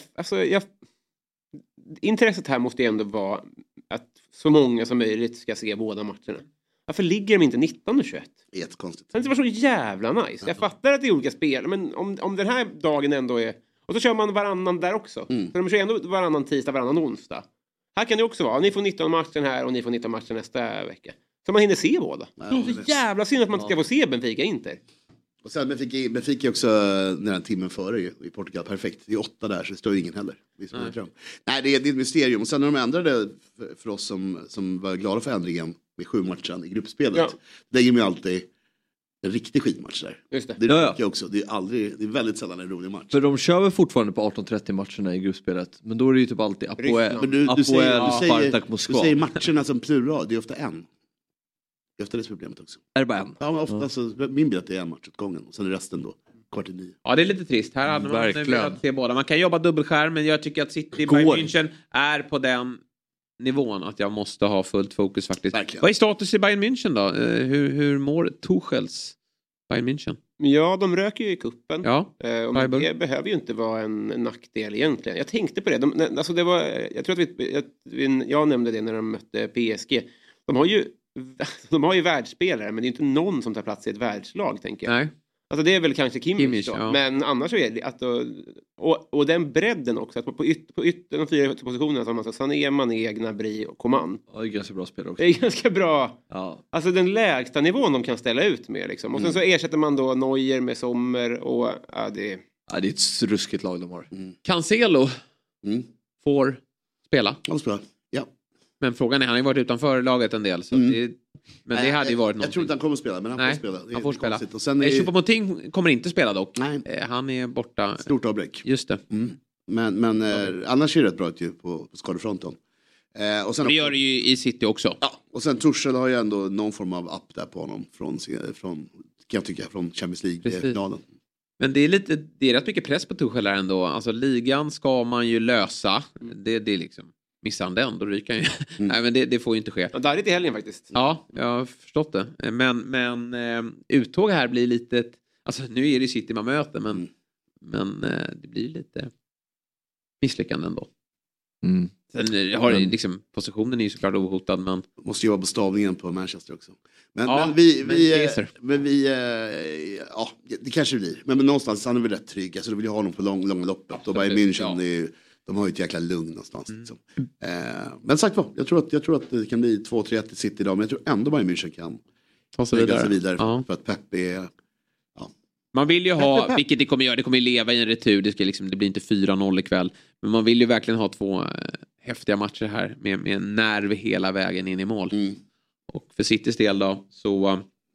Intresset här måste ändå vara att så många som möjligt ska se båda matcherna. Varför ligger de inte 19 och 21? Jättekonstigt. Det var så jävla nice. Jag fattar att det är olika spel. Men om den här dagen ändå är... Och så kör man varannan där också. Så de kör ändå varannan tisdag, varannan onsdag. Här kan det också vara. Ni får 19 matcher här och ni får 19 matcher nästa vecka. Så man hinner se båda. Det är så jävla synd att man inte ska få se Benfica Inter. Och sen Benfica också den här timmen före i Portugal. Perfekt. Det är 8 där så det står ju ingen heller. Nej, det är ett mysterium. Och sen när de ändrade för oss som var glada för ändringen med 7 matcher i gruppspelet. Ja. Det ger mig alltid en riktig skitmatch där. Just det. Det är också. Det är väldigt sällan en rolig match. För de kör väl fortfarande på 18:30 matcherna i gruppspelet. Men då är det ju typ alltid Apoel. Men du säger matcherna som plural. Det är ofta en. Det är ofta det problemet också. Är det bara en? Ja, ofta så min bild är en match åt gången. Och sen är resten då 8:45. Ja, det är lite trist. Här hade man velat se båda. Man kan jobba dubbelskärm, men jag tycker att City Bayern München är på den nivån att jag måste ha fullt fokus faktiskt. Verkligen. Vad är status i Bayern München då? Hur mår Tuchels Bayern München? Ja, de röker ju i kuppen. Ja, och det behöver ju inte vara en nackdel egentligen. Jag tänkte på det. Jag tror att jag nämnde det när de mötte PSG. De har ju de har ju världsspelare, men det är inte någon som tar plats i ett världslag, tänker jag. Nej. Alltså det är väl kanske Kimmich då. Ja. Men annars så är det att och den bredden också, att på de 4 positionerna som man ska Sané, Mané, Gnabry och Coman. Ja, det är ganska bra spel också. Det är ganska bra. Ja. Alltså den lägsta nivån de kan ställa ut med liksom. Och sen så ersätter man då Neuer med Sommer och det är ett ruskigt lag de har. Cancelo får spela. Ja. Men frågan är, han har ju varit utanför laget en del. Så men det hade ju varit någonting. Jag tror inte han kommer spela, men han får spela. Han får spela. Och sen Choupo-Moting kommer inte spela dock. Nej. Han är borta. Stort avbräck. Just det. Men annars är det rätt bra ut ju på skadefronten. Och sen det gör det ju i City också. Ja, och sen Tuchel har ju ändå någon form av app där på honom från Champions League-finalen. Men det är rätt mycket press på Tuchel här ändå. Alltså ligan ska man ju lösa. Det är liksom, missar han den, då ryker han ju. Nej, men det får ju inte ske. Ja, där är det helgen faktiskt. Ja, jag har förstått det. Men uttåg här blir lite, alltså nu är det City man möter, men det blir lite misslyckande ändå. Sen har liksom, positionen är ju såklart ohotad, men måste ju vara på stavningen på Manchester också. Men det kanske blir. Men någonstans han är väl rätt trygg. Alltså, då vill jag ha honom på långa loppet. Och Bayern München, de har ju ett jäkla lugn någonstans. Liksom. Men sagt vad, jag tror att det kan bli 2-3-1 till City idag. Men jag tror ändå Bayern München kan ta sig vidare. För att Pep är... Man vill ju ha, vilket det kommer göra, det kommer leva i en retur. Det blir inte 4-0 ikväll. Men man vill ju verkligen ha 2 häftiga matcher här med nerv hela vägen in i mål. Och för Citys del då, så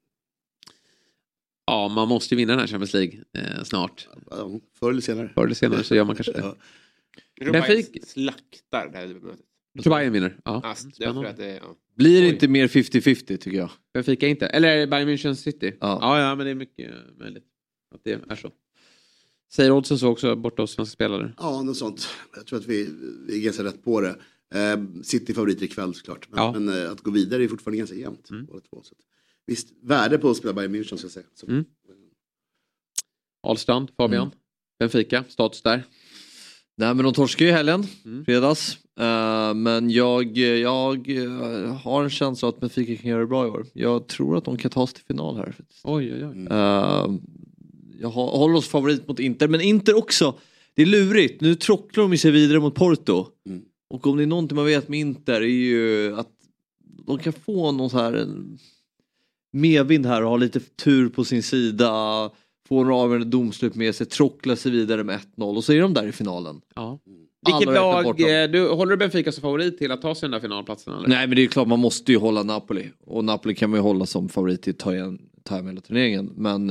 man måste ju vinna den här Champions League snart. Förr eller senare så gör man kanske det. Benfica slaktar det här mötet. Bayern vinner. Blir det inte mer 50-50 tycker jag. Benfica inte. Eller Bayern München City. Ja, men det är mycket möjligt att det är så. Säger oddsen så också borta hos svenska spelare? Ja, något sånt. Jag tror att vi är ganska rätt på det. City favoriter ikväll såklart. Men att gå vidare är fortfarande ganska jämnt. Så visst, värde på att spela Bayern München ska jag säga. Ahlstrand, Fabian. Benfica, status där. Nej, men de torskar ju helgen, fredags. Men jag har en känsla att Benfica kan göra det bra i år. Jag tror att de kan ta sig till final här. Oj. Jag håller oss favorit mot Inter. Men Inter också, det är lurigt. Nu trocklar de sig vidare mot Porto. Och om det är någonting man vet med Inter är ju att de kan få någon så här medvind här och ha lite tur på sin sida. Få en avgörande domslut med sig, trockla sig vidare med 1-0 och så är de där i finalen. Ja. Vilket lag, håller du Benfica som favorit till att ta sig den där finalplatsen? Eller? Nej, men det är klart man måste ju hålla Napoli. Och Napoli kan man ju hålla som favorit till att ta hem hela turneringen. Men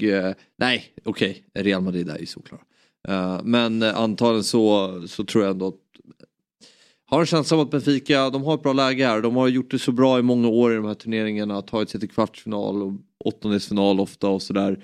Real Madrid är ju såklart. Men antagligen så tror jag ändå att har en känsla av att Benfica, de har ett bra läge här. De har gjort det så bra i många år i de här turneringarna. Tagit sig till kvartsfinal och åttondelsfinal ofta och sådär.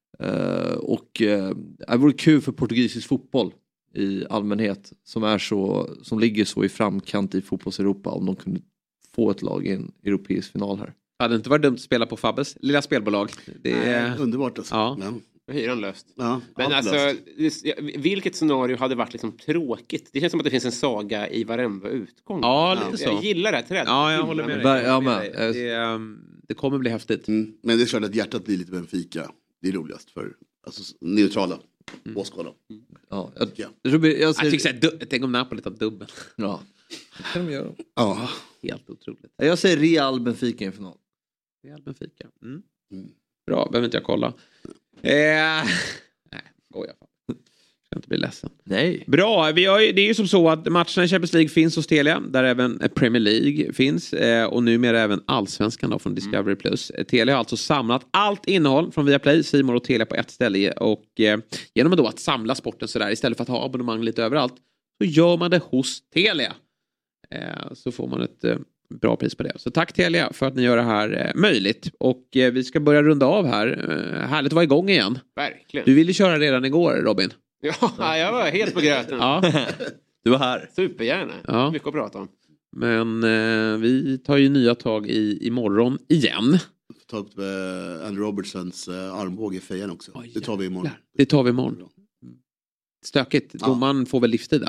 Det vore kul för portugisisk fotboll i allmänhet som ligger så i framkant i fotbolls-Europa om de kunde få ett lag i en europeisk final här. Hade inte varit dumt att spela på Fabbes lilla spelbolag. Det är underbart alltså. Ja. Hyran löst. Ja, men alltså, vilket scenario hade varit liksom tråkigt? Det känns som att det finns en saga i varenda utgång. Ja, lite så. Jag gillar det här trädet. Ja, jag håller med dig. Det kommer bli häftigt. Men det är klart att hjärtat blir lite Benfica. Det är roligast för neutrala åskådare. Ja, tänk om Napoli tar dubbel. Ja, det kan de göra. Ja. Helt otroligt. Jag säger Real Benfica i en final. Real Benfica. Bra, behöver inte jag kolla. Nej, skojar. Ska inte bli ledsen. Nej. Bra, det är ju som så att matcherna i Champions League finns hos Telia, där även Premier League finns och numera även Allsvenskan då från Discovery+. Telia har alltså samlat allt innehåll från Viaplay, C More och Telia på ett ställe och genom då att samla sporten sådär istället för att ha abonnemang lite överallt så gör man det hos Telia. Så får man ett bra pris på det. Så tack Telia för att ni gör det här möjligt. Och vi ska börja runda av här. Härligt att vara igång igen. Verkligen. Du ville köra redan igår, Robin. Ja, jag var helt på gröten. Ja. Du var här. Supergärna. Ja. Mycket att prata om. Men vi tar ju nya tag imorgon igen. Ta upp Andrew Robertsons armbåge i fejan också. Det tar vi imorgon. Stökigt. Domaren får väl livstid där va?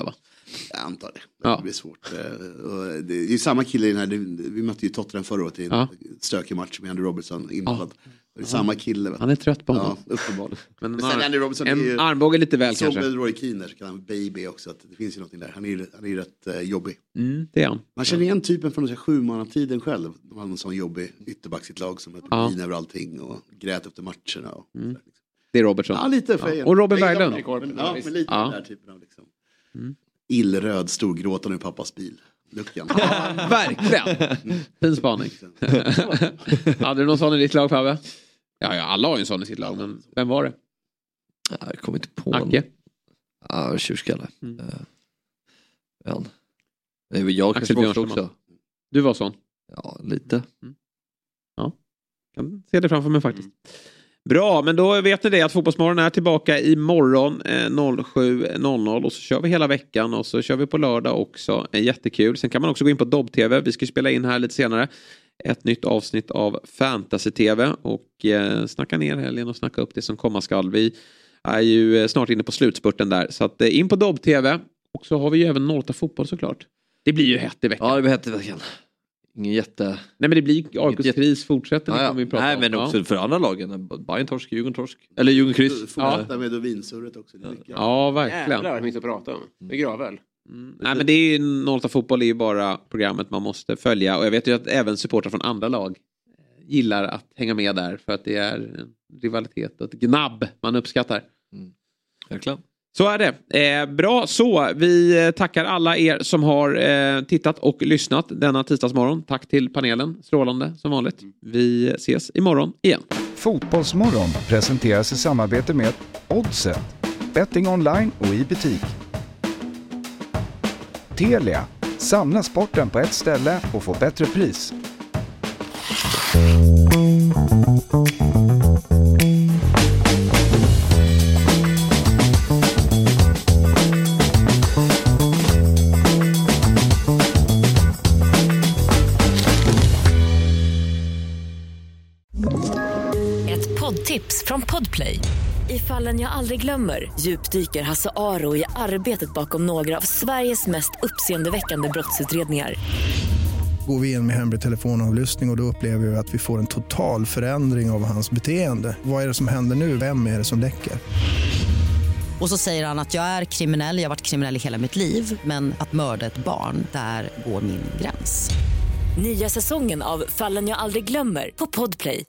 Jag antar det. Det blir svårt. Och det är ju samma kille i den här. Vi mötte ju Tottenham förra året i en stökig match med Andy Robertson inblandad. Det är samma kille. Han är trött på honom. Ja, uppenbarligen. Men sen Andy Robertson är ju... armbåge lite väl kanske. Som Roy Keane så kan han baby också. Att det finns ju något där. Han är ju rätt jobbig. Det är han. Man känner igen typen från 7-mannatiden själv. De hade en sån jobbig ytterback sitt lag som hade vin över allting och grät efter matcherna. Och det är Robertson. Ja, lite för och Robin Berglund. Men lite den där typen av liksom. Illröd storgråtande i pappas bil. Luckan. Ja, verkligen. Fin spaning. Hade du någon sån i ditt lag, Fabbe? Ja, alla har ju en sån i sitt lag, men vem var det? Jag kommer inte på. Acke? Ja, tjurskalle. Det var jag Axel kanske också. Du var sån? Ja, lite. Ja, kan se det framför mig faktiskt. Bra, men då vet ni det att Fotbollsmorgon är tillbaka imorgon 07.00 och så kör vi hela veckan och så kör vi på lördag också. Jättekul. Sen kan man också gå in på Dobb TV. Vi ska spela in här lite senare ett nytt avsnitt av Fantasy TV och snacka ner helgen och snacka upp det som komma skall. Vi är ju snart inne på slutspurten där, så att in på Dobb TV. Och så har vi ju även Norta Fotboll såklart. Det blir ju hett i veckan. Ja, det blir hett i veckan. Ingen jätte... Nej, men det blir AIKs kris fortsätter. Ja. Vi prata Nej, om. men också för andra lagen. Bayern torsk, Djurgården torsk. Eller Djurgården kryss. Fortsätta med vinsurret också. Ja, verkligen. Jävlar vad mycket att prata om. Det är gravel. Nej, men det är ju Norta Fotboll är ju bara programmet man måste följa. Och jag vet ju att även supportrar från andra lag gillar att hänga med där. För att det är en rivalitet och ett gnabb man uppskattar. Verkligen. Så är det. Bra, så vi tackar alla er som har tittat och lyssnat denna tisdagsmorgon. Tack till panelen, strålande som vanligt. Vi ses imorgon igen. Fotbollsmorgon presenteras i samarbete med Oddset, betting online och i butik. Telia, samla sporten på ett ställe och få bättre pris. Tips från Podplay. I Fallen jag aldrig glömmer djupdyker Hasse Aro i arbetet bakom några av Sveriges mest uppseendeväckande brottsutredningar. Går vi in med hemlig telefonavlyssning och då upplever vi att vi får en total förändring av hans beteende. Vad är det som händer nu? Vem är det som läcker? Och så säger han att jag är kriminell, jag har varit kriminell i hela mitt liv. Men att mörda ett barn, där går min gräns. Nya säsongen av Fallen jag aldrig glömmer på Podplay.